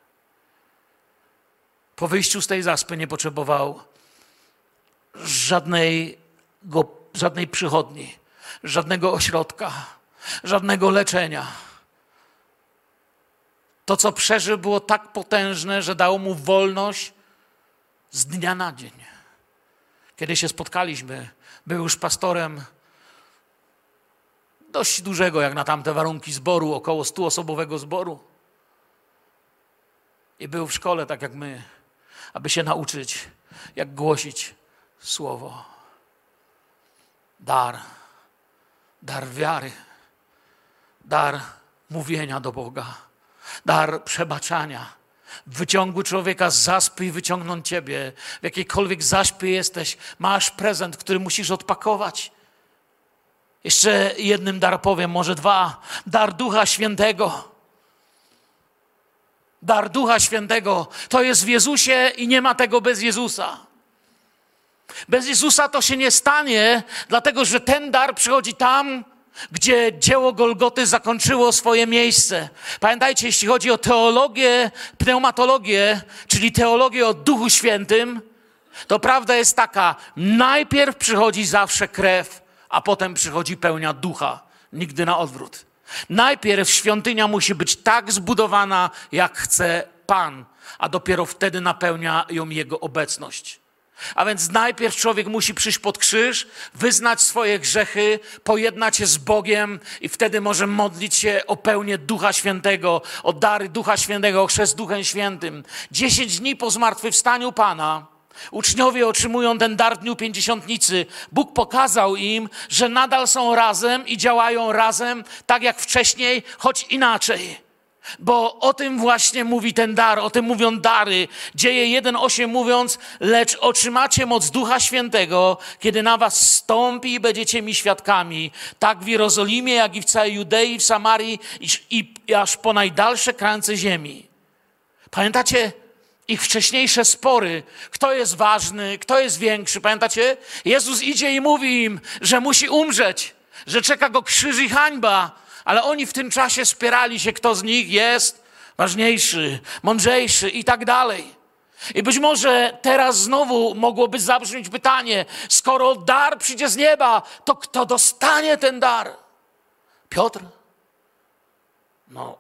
Po wyjściu z tej zaspy nie potrzebował żadnej przychodni, żadnego ośrodka, żadnego leczenia. To, co przeżył, było tak potężne, że dało mu wolność z dnia na dzień. Kiedy się spotkaliśmy, był już pastorem dość dużego, jak na tamte warunki zboru, około 100-osobowego zboru. I był w szkole, tak jak my, aby się nauczyć, jak głosić słowo. Dar wiary, dar mówienia do Boga, dar przebaczania. Wyciągł człowieka z zaspy i wyciągnąć ciebie. W jakiejkolwiek zaspie jesteś, masz prezent, który musisz odpakować. Jeszcze jednym dar powiem, może dwa. Dar Ducha Świętego. Dar Ducha Świętego to jest w Jezusie i nie ma tego bez Jezusa. Bez Jezusa to się nie stanie, dlatego że ten dar przychodzi tam, gdzie dzieło Golgoty zakończyło swoje miejsce. Pamiętajcie, jeśli chodzi o teologię, pneumatologię, czyli teologię o Duchu Świętym, to prawda jest taka, najpierw przychodzi zawsze krew, a potem przychodzi pełnia Ducha. Nigdy na odwrót. Najpierw świątynia musi być tak zbudowana, jak chce Pan, a dopiero wtedy napełnia ją Jego obecność. A więc najpierw człowiek musi przyjść pod krzyż, wyznać swoje grzechy, pojednać się z Bogiem i wtedy może modlić się o pełnię Ducha Świętego, o dary Ducha Świętego, o chrzest Duchem Świętym. 10 dni po zmartwychwstaniu Pana uczniowie otrzymują ten dar w dniu Pięćdziesiątnicy. Bóg pokazał im, że nadal są razem i działają razem, tak jak wcześniej, choć inaczej. Bo o tym właśnie mówi ten dar, o tym mówią dary. Dzieje 1:8 mówiąc, lecz otrzymacie moc Ducha Świętego, kiedy na was stąpi i będziecie mi świadkami, tak w Jerozolimie, jak i w całej Judei, w Samarii i aż po najdalsze krańce ziemi. Pamiętacie ich wcześniejsze spory? Kto jest ważny, kto jest większy? Pamiętacie? Jezus idzie i mówi im, że musi umrzeć, że czeka go krzyż i hańba. Ale oni w tym czasie spierali się, kto z nich jest ważniejszy, mądrzejszy i tak dalej. I być może teraz znowu mogłoby zabrzmieć pytanie, skoro dar przyjdzie z nieba, to kto dostanie ten dar? Piotr? No,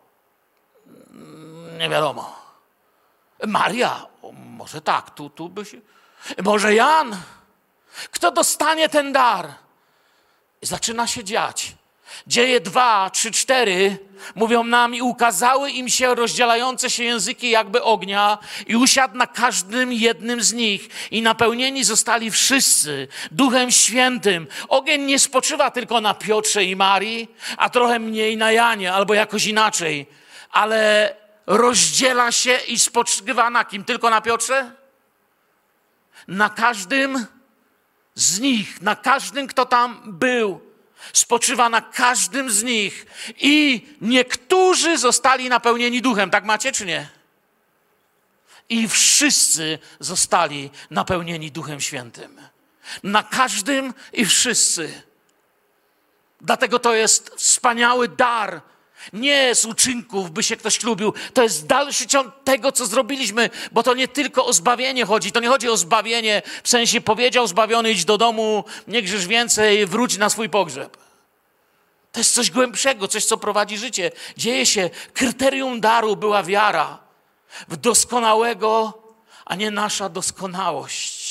nie wiadomo. Maria? O, może tak, tu by się... Może Jan? Kto dostanie ten dar? I zaczyna się dziać. Dzieje 2, 3, 4 mówią nam i ukazały im się rozdzielające się języki jakby ognia i usiadł na każdym jednym z nich i napełnieni zostali wszyscy Duchem Świętym. Ogień nie spoczywa tylko na Piotrze i Marii, a trochę mniej na Janie albo jakoś inaczej. ale rozdziela się i spoczywa na kim? Tylko na Piotrze? Na każdym z nich, na każdym, kto tam był. Spoczywa na każdym z nich. I niektórzy zostali napełnieni duchem. Tak macie, czy nie? I wszyscy zostali napełnieni Duchem Świętym. Na każdym i wszyscy. Dlatego to jest wspaniały dar. Nie z uczynków, by się ktoś chlubił. To jest dalszy ciąg tego, co zrobiliśmy, bo to nie tylko o zbawienie chodzi. To nie chodzi o zbawienie, w sensie powiedział zbawiony, idź do domu, nie grzesz więcej, wróć na swój pogrzeb. To jest coś głębszego, coś, co prowadzi życie. Dzieje się. Kryterium daru była wiara w doskonałego, a nie nasza doskonałość.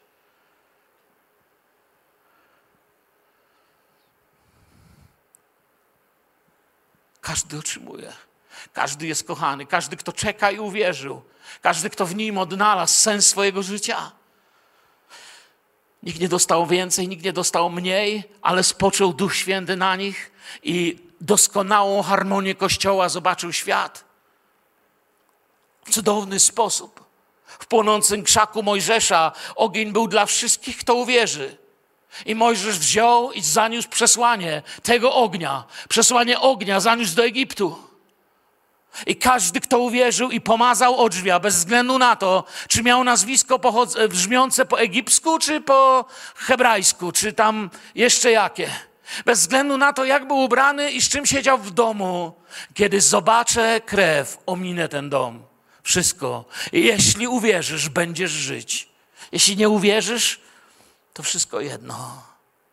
Każdy otrzymuje. Każdy jest kochany. Każdy, kto czeka i uwierzył. Każdy, kto w nim odnalazł sens swojego życia. Nikt nie dostał więcej, nikt nie dostał mniej, ale spoczął Duch Święty na nich i doskonałą harmonię Kościoła zobaczył świat. W cudowny sposób. W płonącym krzaku Mojżesza ogień był dla wszystkich, kto uwierzy. I Mojżesz wziął i zaniósł przesłanie tego ognia. Przesłanie ognia zaniósł do Egiptu. I każdy, kto uwierzył i pomazał odrzwia, bez względu na to, czy miał nazwisko brzmiące po egipsku, czy po hebrajsku, czy tam jeszcze jakie. Bez względu na to, jak był ubrany i z czym siedział w domu. Kiedy zobaczę krew, ominę ten dom. Wszystko. I jeśli uwierzysz, będziesz żyć. Jeśli nie uwierzysz, to wszystko jedno.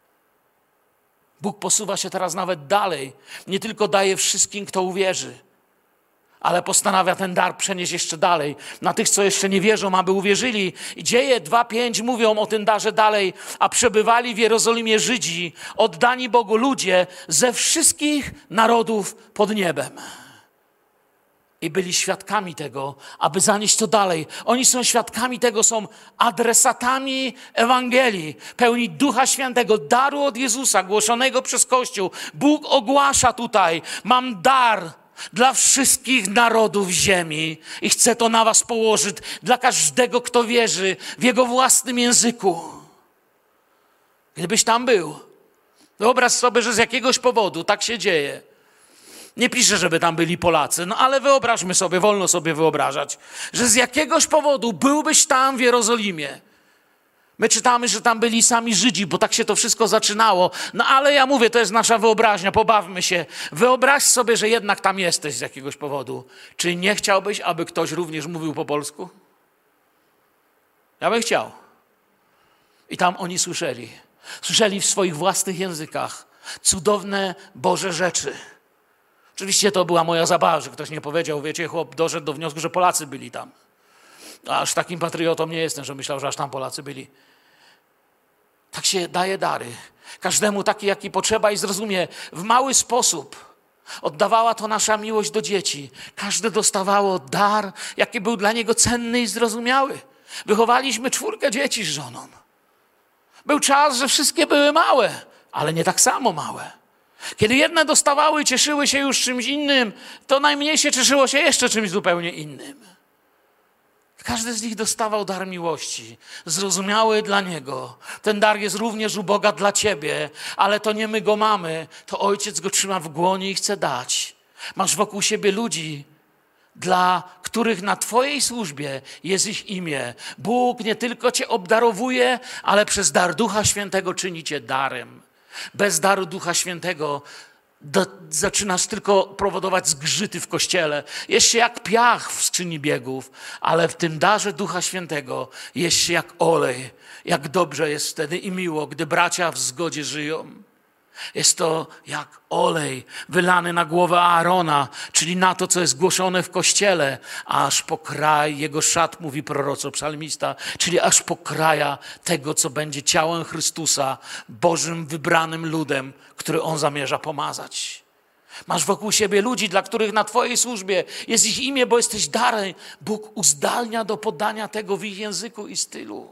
Bóg posuwa się teraz nawet dalej. Nie tylko daje wszystkim, kto uwierzy, ale postanawia ten dar przenieść jeszcze dalej. Na tych, co jeszcze nie wierzą, aby uwierzyli. I Dzieje 2:5 mówią o tym darze dalej. A przebywali w Jerozolimie Żydzi, oddani Bogu ludzie ze wszystkich narodów pod niebem. I byli świadkami tego, aby zanieść to dalej. Oni są świadkami tego, są adresatami Ewangelii, pełni Ducha Świętego, daru od Jezusa, głoszonego przez Kościół. Bóg ogłasza tutaj, mam dar dla wszystkich narodów ziemi i chcę to na was położyć, dla każdego, kto wierzy w Jego własnym języku. Gdybyś tam był, wyobraź sobie, że z jakiegoś powodu tak się dzieje. Nie piszę, żeby tam byli Polacy, no ale wyobraźmy sobie, wolno sobie wyobrażać, że z jakiegoś powodu byłbyś tam w Jerozolimie. My czytamy, że tam byli sami Żydzi, bo tak się to wszystko zaczynało. No ale ja mówię, to jest nasza wyobraźnia, pobawmy się. Wyobraź sobie, że jednak tam jesteś z jakiegoś powodu. Czy nie chciałbyś, aby ktoś również mówił po polsku? Ja bym chciał. I tam oni słyszeli. Słyszeli w swoich własnych językach cudowne Boże rzeczy. Oczywiście to była moja zabawa, że ktoś nie powiedział, wiecie, chłop doszedł do wniosku, że Polacy byli tam. Aż takim patriotą nie jestem, że myślał, że aż tam Polacy byli. Tak się daje dary. Każdemu taki, jaki potrzeba i zrozumie. W mały sposób oddawała to nasza miłość do dzieci. Każde dostawało dar, jaki był dla niego cenny i zrozumiały. Wychowaliśmy 4 dzieci z żoną. Był czas, że wszystkie były małe, ale nie tak samo małe. Kiedy jedne dostawały i cieszyły się już czymś innym, to najmniejsze cieszyło się jeszcze czymś zupełnie innym. Każdy z nich dostawał dar miłości, zrozumiały dla niego. Ten dar jest również u Boga dla ciebie, ale to nie my go mamy, to Ojciec go trzyma w dłoni i chce dać. Masz wokół siebie ludzi, dla których na twojej służbie jest ich imię. Bóg nie tylko cię obdarowuje, ale przez dar Ducha Świętego czyni cię darem. Bez daru Ducha Świętego zaczynasz tylko powodować zgrzyty w Kościele. Jest się jak piach w skrzyni biegów, ale w tym darze Ducha Świętego jest się jak olej. Jak dobrze jest wtedy i miło, gdy bracia w zgodzie żyją. Jest to jak olej wylany na głowę Aarona, czyli na to, co jest głoszone w Kościele, aż po kraj jego szat, mówi proroczo psalmista, czyli aż po kraja tego, co będzie ciałem Chrystusa, Bożym wybranym ludem, który On zamierza pomazać. Masz wokół siebie ludzi, dla których na twojej służbie jest ich imię, bo jesteś darem. Bóg uzdalnia do podania tego w ich języku i stylu.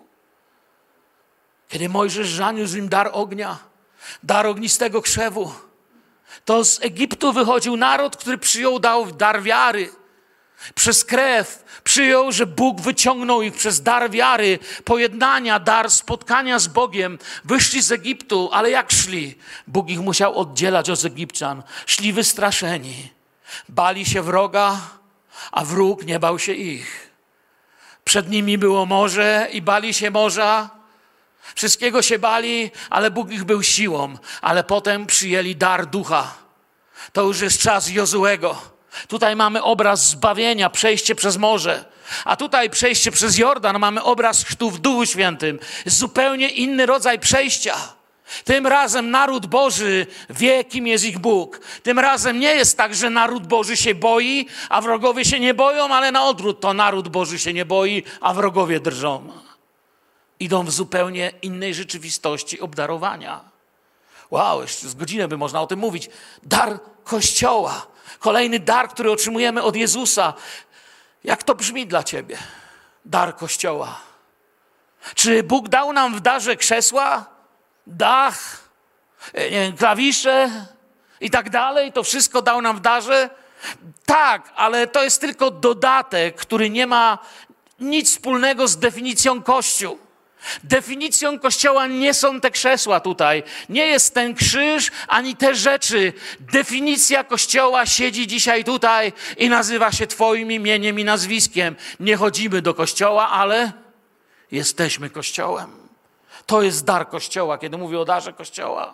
Kiedy Mojżesz zaniósł im dar ognia, dar ognistego krzewu, To z Egiptu wychodził naród, który przyjął dar wiary. Przez krew przyjął, że Bóg wyciągnął ich przez dar wiary, pojednania, dar spotkania z Bogiem. Wyszli z Egiptu, ale jak szli? Bóg ich musiał oddzielać od Egipcjan. Szli wystraszeni. Bali się wroga, a wróg nie bał się ich. Przed nimi było morze i bali się morza. Wszystkiego się bali, ale Bóg ich był siłą. Ale potem przyjęli dar ducha. To już jest czas Jozuego. Tutaj mamy obraz zbawienia, przejście przez morze. A tutaj przejście przez Jordan, mamy obraz chrztu w Duchu Świętym. Jest zupełnie inny rodzaj przejścia. Tym razem naród Boży wie, kim jest ich Bóg. Tym razem nie jest tak, że naród Boży się boi, a wrogowie się nie boją, ale na odwrót to naród Boży się nie boi, a wrogowie drżą. Idą w zupełnie innej rzeczywistości obdarowania. Wow, jeszcze z godzinę by można o tym mówić. Dar Kościoła. Kolejny dar, który otrzymujemy od Jezusa. Jak to brzmi dla ciebie? Dar Kościoła. Czy Bóg dał nam w darze krzesła, dach, nie wiem, klawisze i tak dalej? To wszystko dał nam w darze? Tak, ale to jest tylko dodatek, który nie ma nic wspólnego z definicją Kościół. Definicją Kościoła nie są te krzesła tutaj. Nie jest ten krzyż, ani te rzeczy. Definicja Kościoła siedzi dzisiaj tutaj i nazywa się Twoim imieniem i nazwiskiem. Nie chodzimy do Kościoła, ale jesteśmy Kościołem. To jest dar Kościoła, kiedy mówię o darze Kościoła.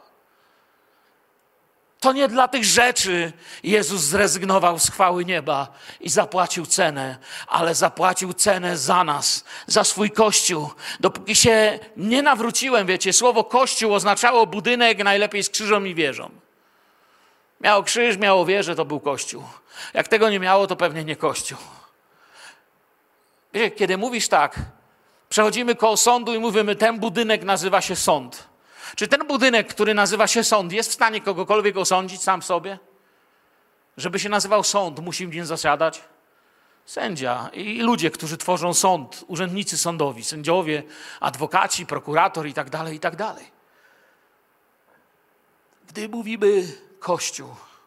To nie dla tych rzeczy Jezus zrezygnował z chwały nieba i zapłacił cenę, ale zapłacił cenę za nas, za swój Kościół. Dopóki się nie nawróciłem, wiecie, słowo Kościół oznaczało budynek najlepiej z krzyżem i wieżą. Miało krzyż, miało wieżę, to był Kościół. Jak tego nie miało, to pewnie nie Kościół. Wiecie, kiedy mówisz tak, przechodzimy koło sądu i mówimy, ten budynek nazywa się sąd. Czy ten budynek, który nazywa się sąd, jest w stanie kogokolwiek osądzić sam sobie? Żeby się nazywał sąd, musi w nim zasiadać sędzia i ludzie, którzy tworzą sąd, urzędnicy sądowi, sędziowie, adwokaci, prokurator i tak dalej, i tak dalej. Gdy mówimy Kościół,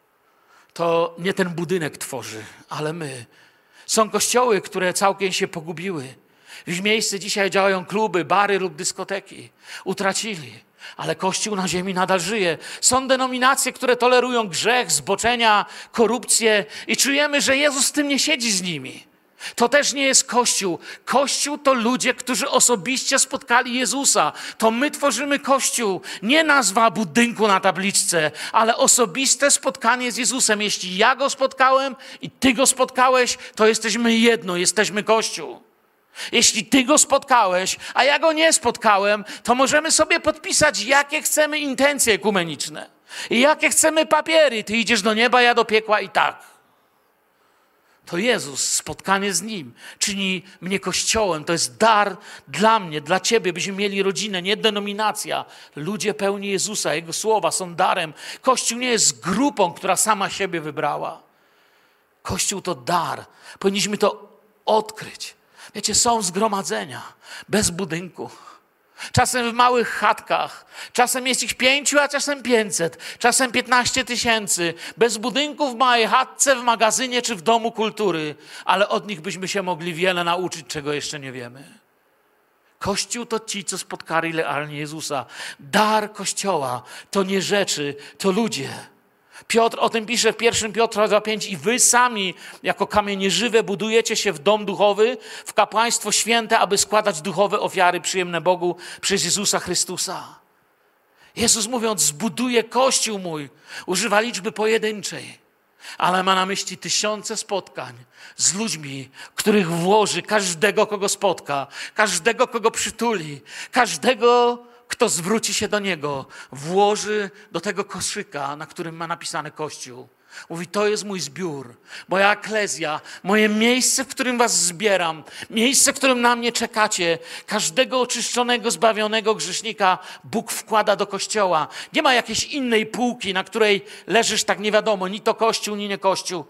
to nie ten budynek tworzy, ale my. Są kościoły, które całkiem się pogubiły. W ich miejsce dzisiaj działają kluby, bary lub dyskoteki. Utracili. Ale Kościół na ziemi nadal żyje. Są denominacje, które tolerują grzech, zboczenia, korupcję i czujemy, że Jezus w tym nie siedzi z nimi. To też nie jest Kościół. Kościół to ludzie, którzy osobiście spotkali Jezusa. To my tworzymy Kościół. Nie nazwa budynku na tabliczce, ale osobiste spotkanie z Jezusem. Jeśli ja Go spotkałem i Ty Go spotkałeś, to jesteśmy jedno, jesteśmy Kościół. Jeśli Ty Go spotkałeś, a ja Go nie spotkałem, to możemy sobie podpisać, jakie chcemy intencje ekumeniczne. I jakie chcemy papiery. Ty idziesz do nieba, ja do piekła i tak. To Jezus, spotkanie z Nim czyni mnie Kościołem. To jest dar dla mnie, dla Ciebie, byśmy mieli rodzinę, nie denominacja. Ludzie pełni Jezusa, Jego słowa są darem. Kościół nie jest grupą, która sama siebie wybrała. Kościół to dar. Powinniśmy to odkryć. Wiecie, są zgromadzenia bez budynku. Czasem w małych chatkach. Czasem jest ich 5, a czasem 500. Czasem 15 000. Bez budynku w małej chatce, w magazynie czy w domu kultury. Ale od nich byśmy się mogli wiele nauczyć, czego jeszcze nie wiemy. Kościół to ci, co spotkali realnie Jezusa. Dar Kościoła to nie rzeczy, to ludzie. Piotr o tym pisze w 1 Piotra 2,5 i wy sami jako kamienie żywe budujecie się w dom duchowy, w kapłaństwo święte, aby składać duchowe ofiary przyjemne Bogu przez Jezusa Chrystusa. Jezus mówiąc, zbuduję Kościół mój, używa liczby pojedynczej, ale ma na myśli tysiące spotkań z ludźmi, których włoży każdego, kogo spotka, każdego, kogo przytuli, każdego, kto zwróci się do Niego, włoży do tego koszyka, na którym ma napisane Kościół. Mówi, to jest mój zbiór, moja eklezja, moje miejsce, w którym was zbieram, miejsce, w którym na mnie czekacie. Każdego oczyszczonego, zbawionego grzesznika Bóg wkłada do Kościoła. Nie ma jakiejś innej półki, na której leżysz tak nie wiadomo, ni to Kościół, ni nie Kościół.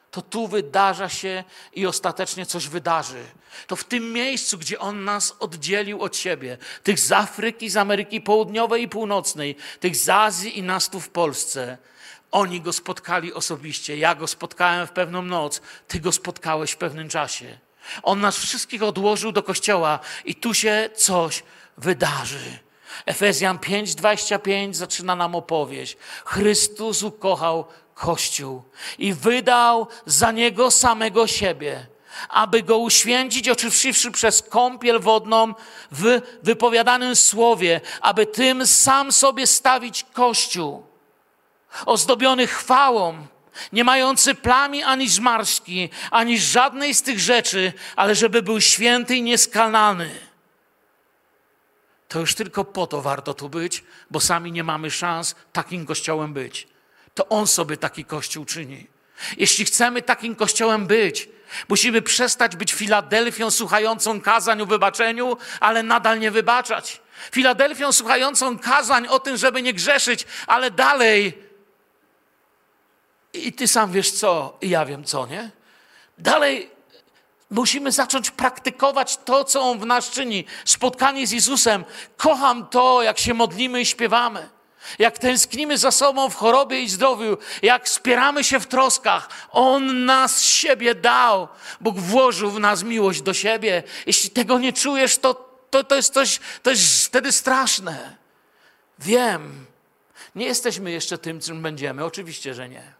to tu wydarza się i ostatecznie coś wydarzy. To w tym miejscu, gdzie On nas oddzielił od siebie, tych z Afryki, z Ameryki Południowej i Północnej, tych z Azji i nas tu w Polsce, oni Go spotkali osobiście. Ja Go spotkałem w pewną noc, Ty Go spotkałeś w pewnym czasie. On nas wszystkich odłożył do Kościoła i tu się coś wydarzy. Efezjan 5:25 zaczyna nam opowieść. Chrystus ukochał Kościół i wydał za Niego samego siebie, aby Go uświęcić, oczyszczywszy przez kąpiel wodną w wypowiadanym słowie, aby tym sam sobie stawić Kościół, ozdobiony chwałą, nie mający plami ani zmarszczki, ani żadnej z tych rzeczy, ale żeby był święty i nieskalany. To już tylko po to warto tu być, bo sami nie mamy szans takim Kościołem być. To On sobie taki Kościół czyni. Jeśli chcemy takim Kościołem być, musimy przestać być Filadelfią słuchającą kazań o wybaczeniu, ale nadal nie wybaczać. Filadelfią słuchającą kazań o tym, żeby nie grzeszyć, ale dalej. I ty sam wiesz co, i ja wiem co, nie? Dalej musimy zacząć praktykować to, co On w nas czyni. Spotkanie z Jezusem. Kocham to, jak się modlimy i śpiewamy. Jak tęsknimy za sobą w chorobie i zdrowiu. Jak wspieramy się w troskach. On nas z siebie dał. Bóg włożył w nas miłość do siebie. Jeśli tego nie czujesz, to jest coś, to jest wtedy straszne. Wiem. Nie jesteśmy jeszcze tym, czym będziemy. Oczywiście, że nie.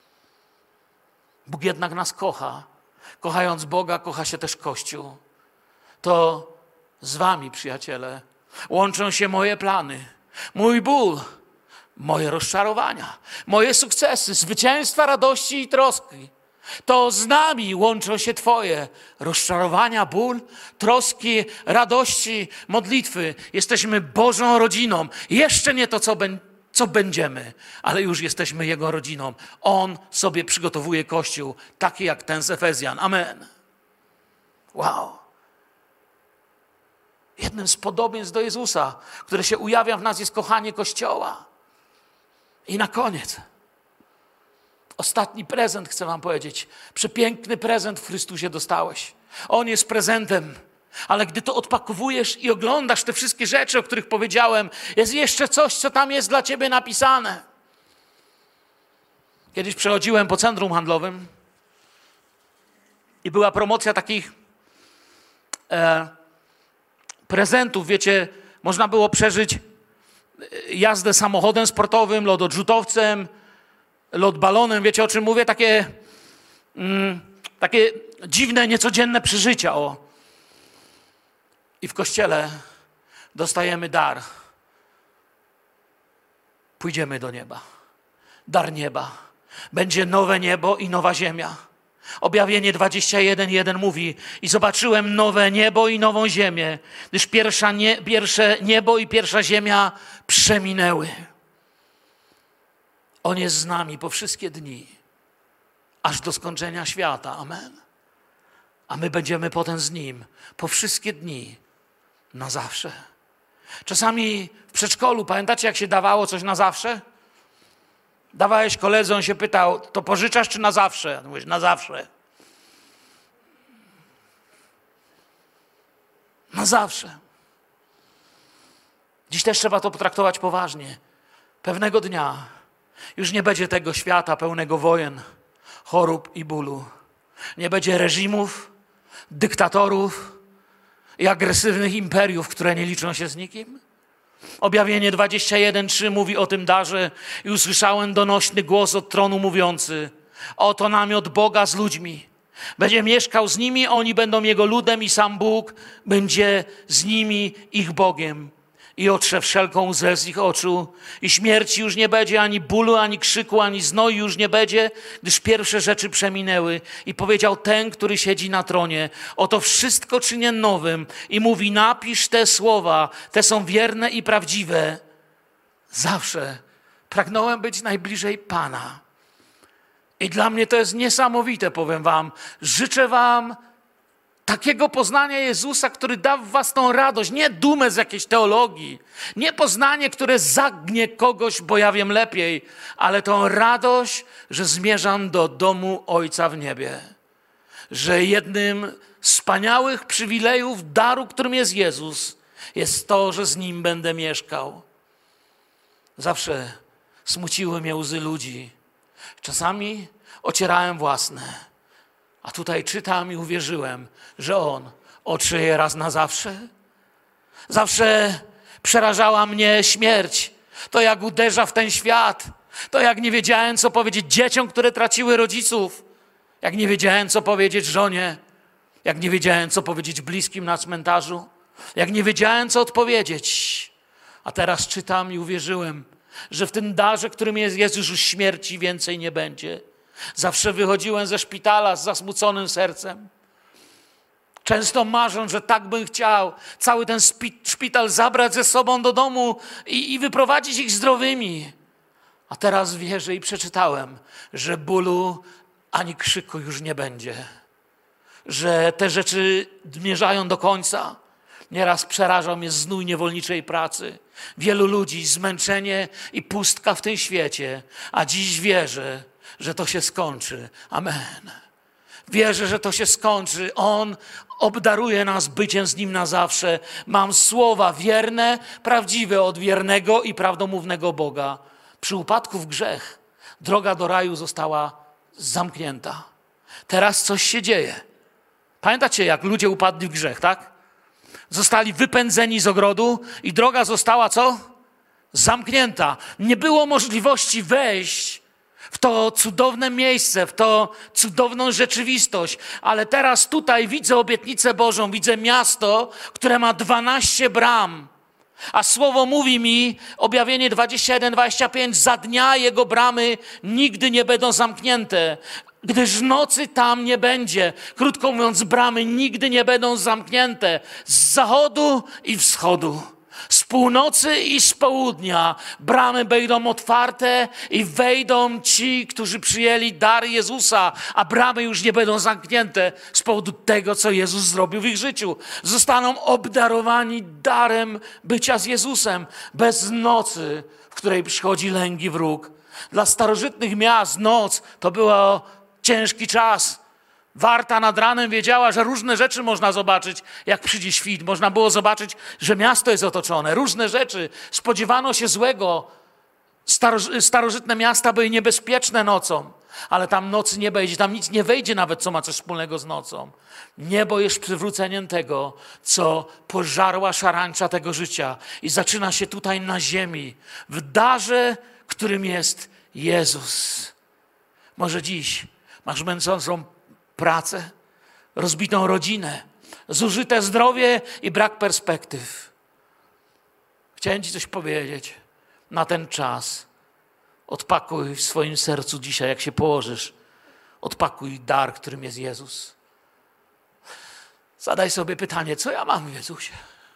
Bóg jednak nas kocha. Kochając Boga, kocha się też Kościół. To z wami, przyjaciele, łączą się moje plany, mój ból, moje rozczarowania, moje sukcesy, zwycięstwa, radości i troski. To z nami łączą się twoje rozczarowania, ból, troski, radości, modlitwy. Jesteśmy Bożą rodziną. Jeszcze nie to, co będziemy, ale już jesteśmy Jego rodziną. On sobie przygotowuje Kościół, taki jak ten z Efezjan. Amen. Wow. Jednym z podobieństw do Jezusa, które się ujawia w nas, jest kochanie Kościoła. I na koniec, ostatni prezent chcę wam powiedzieć. Przepiękny prezent w Chrystusie dostałeś. On jest prezentem. Ale gdy to odpakowujesz i oglądasz te wszystkie rzeczy, o których powiedziałem, jest jeszcze coś, co tam jest dla ciebie napisane. Kiedyś przechodziłem po centrum handlowym i była promocja takich prezentów. Wiecie, można było przeżyć jazdę samochodem sportowym, lot odrzutowcem, lot balonem. Wiecie, o czym mówię? Takie dziwne, niecodzienne przeżycia. I w Kościele dostajemy dar. Pójdziemy do nieba. Dar nieba. Będzie nowe niebo i nowa ziemia. Objawienie 21:1 mówi: i zobaczyłem nowe niebo i nową ziemię, gdyż pierwsze niebo i pierwsza ziemia przeminęły. On jest z nami po wszystkie dni, aż do skończenia świata. Amen. A my będziemy potem z Nim po wszystkie dni, na zawsze. Czasami w przedszkolu, pamiętacie, jak się dawało coś na zawsze? Dawałeś koledze, on się pytał: to pożyczasz czy na zawsze? Mówisz: na zawsze. Na zawsze. Dziś też trzeba to potraktować poważnie. Pewnego dnia już nie będzie tego świata pełnego wojen, chorób i bólu. Nie będzie reżimów, dyktatorów i agresywnych imperiów, które nie liczą się z nikim. Objawienie 21:3 mówi o tym darze: i usłyszałem donośny głos od tronu mówiący: oto namiot Boga z ludźmi. Będzie mieszkał z nimi, oni będą Jego ludem i sam Bóg będzie z nimi ich Bogiem. I otrze wszelką łzę z ich oczu i śmierci już nie będzie, ani bólu, ani krzyku, ani znoju już nie będzie, gdyż pierwsze rzeczy przeminęły. I powiedział ten, który siedzi na tronie: oto wszystko czynię nowym. I mówi: napisz te słowa, te są wierne i prawdziwe. Zawsze pragnąłem być najbliżej Pana. I dla mnie to jest niesamowite, powiem wam. Życzę wam takiego poznania Jezusa, który da w was tą radość, nie dumę z jakiejś teologii, nie poznanie, które zagnie kogoś, bo ja wiem lepiej, ale tą radość, że zmierzam do domu Ojca w niebie. Że jednym z wspaniałych przywilejów, daru, którym jest Jezus, jest to, że z Nim będę mieszkał. Zawsze smuciły mnie łzy ludzi. Czasami ocierałem własne. A tutaj czytam i uwierzyłem, że On otrzeje raz na zawsze. Zawsze przerażała mnie śmierć. To jak uderza w ten świat. To jak nie wiedziałem, co powiedzieć dzieciom, które traciły rodziców. Jak nie wiedziałem, co powiedzieć żonie. Jak nie wiedziałem, co powiedzieć bliskim na cmentarzu. Jak nie wiedziałem, co odpowiedzieć. A teraz czytam i uwierzyłem, że w tym darze, którym jest Jezus, już śmierci więcej nie będzie. Zawsze wychodziłem ze szpitala z zasmuconym sercem. Często marząc, że tak bym chciał cały ten szpital zabrać ze sobą do domu i wyprowadzić ich zdrowymi. A teraz wierzę i przeczytałem, że bólu ani krzyku już nie będzie. Że te rzeczy zmierzają do końca. Nieraz przerażał mnie znój niewolniczej pracy. Wielu ludzi, zmęczenie i pustka w tym świecie. A dziś wierzę, że to się skończy. Amen. Wierzę, że to się skończy. On obdaruje nas byciem z Nim na zawsze. Mam słowa wierne, prawdziwe od wiernego i prawdomównego Boga. Przy upadku w grzech droga do raju została zamknięta. Teraz coś się dzieje. Pamiętacie, jak ludzie upadli w grzech, tak? Zostali wypędzeni z ogrodu i droga została co? Zamknięta. Nie było możliwości wejść w to cudowne miejsce, w to cudowną rzeczywistość. Ale teraz tutaj widzę obietnicę Bożą, widzę miasto, które ma 12 bram. A słowo mówi mi, objawienie 21-25, za dnia jego bramy nigdy nie będą zamknięte, gdyż nocy tam nie będzie. Krótko mówiąc, bramy nigdy nie będą zamknięte z zachodu i wschodu. Z północy i z południa bramy będą otwarte i wejdą ci, którzy przyjęli dar Jezusa, a bramy już nie będą zamknięte z powodu tego, co Jezus zrobił w ich życiu. Zostaną obdarowani darem bycia z Jezusem, bez nocy, w której przychodzi lęk i wróg. Dla starożytnych miast noc to był ciężki czas. Warta nad ranem wiedziała, że różne rzeczy można zobaczyć, jak przyjdzie świt. Można było zobaczyć, że miasto jest otoczone. Różne rzeczy. Spodziewano się złego. Starożytne miasta były niebezpieczne nocą. Ale tam nocy nie będzie. Tam nic nie wejdzie nawet, co ma coś wspólnego z nocą. Niebo jest przywróceniem tego, co pożarła szarańcza tego życia. I zaczyna się tutaj na ziemi. W darze, którym jest Jezus. Może dziś masz męczącą pracę, rozbitą rodzinę, zużyte zdrowie i brak perspektyw. Chciałem ci coś powiedzieć na ten czas. Odpakuj w swoim sercu dzisiaj, jak się położysz. Odpakuj dar, którym jest Jezus. Zadaj sobie pytanie, co ja mam w Jezusie?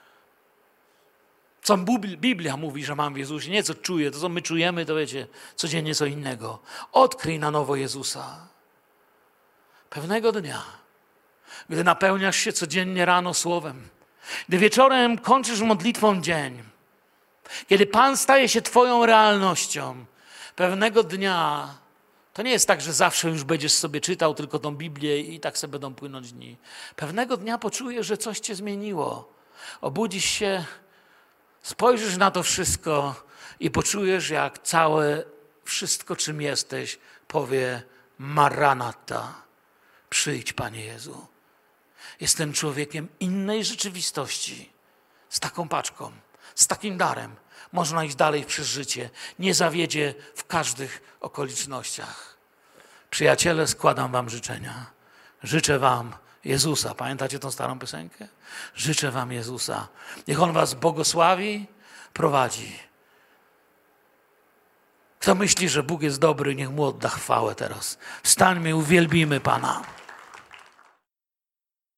Co Biblia mówi, że mam w Jezusie, nie co czuję, to co my czujemy, to wiecie, codziennie co innego. Odkryj na nowo Jezusa. Pewnego dnia, gdy napełniasz się codziennie rano słowem, gdy wieczorem kończysz modlitwą dzień, kiedy Pan staje się twoją realnością, pewnego dnia, to nie jest tak, że zawsze już będziesz sobie czytał tylko tą Biblię i tak sobie będą płynąć dni. Pewnego dnia poczujesz, że coś cię zmieniło. Obudzisz się, spojrzysz na to wszystko i poczujesz, jak całe wszystko, czym jesteś, powie Maranata. Przyjdź, Panie Jezu. Jestem człowiekiem innej rzeczywistości. Z taką paczką, z takim darem. Można iść dalej przez życie. Nie zawiedzie w każdych okolicznościach. Przyjaciele, składam wam życzenia. Życzę wam Jezusa. Pamiętacie tą starą piosenkę? Życzę wam Jezusa. Niech On was błogosławi, prowadzi. Kto myśli, że Bóg jest dobry, niech Mu odda chwałę teraz. Wstańmy, uwielbimy Pana.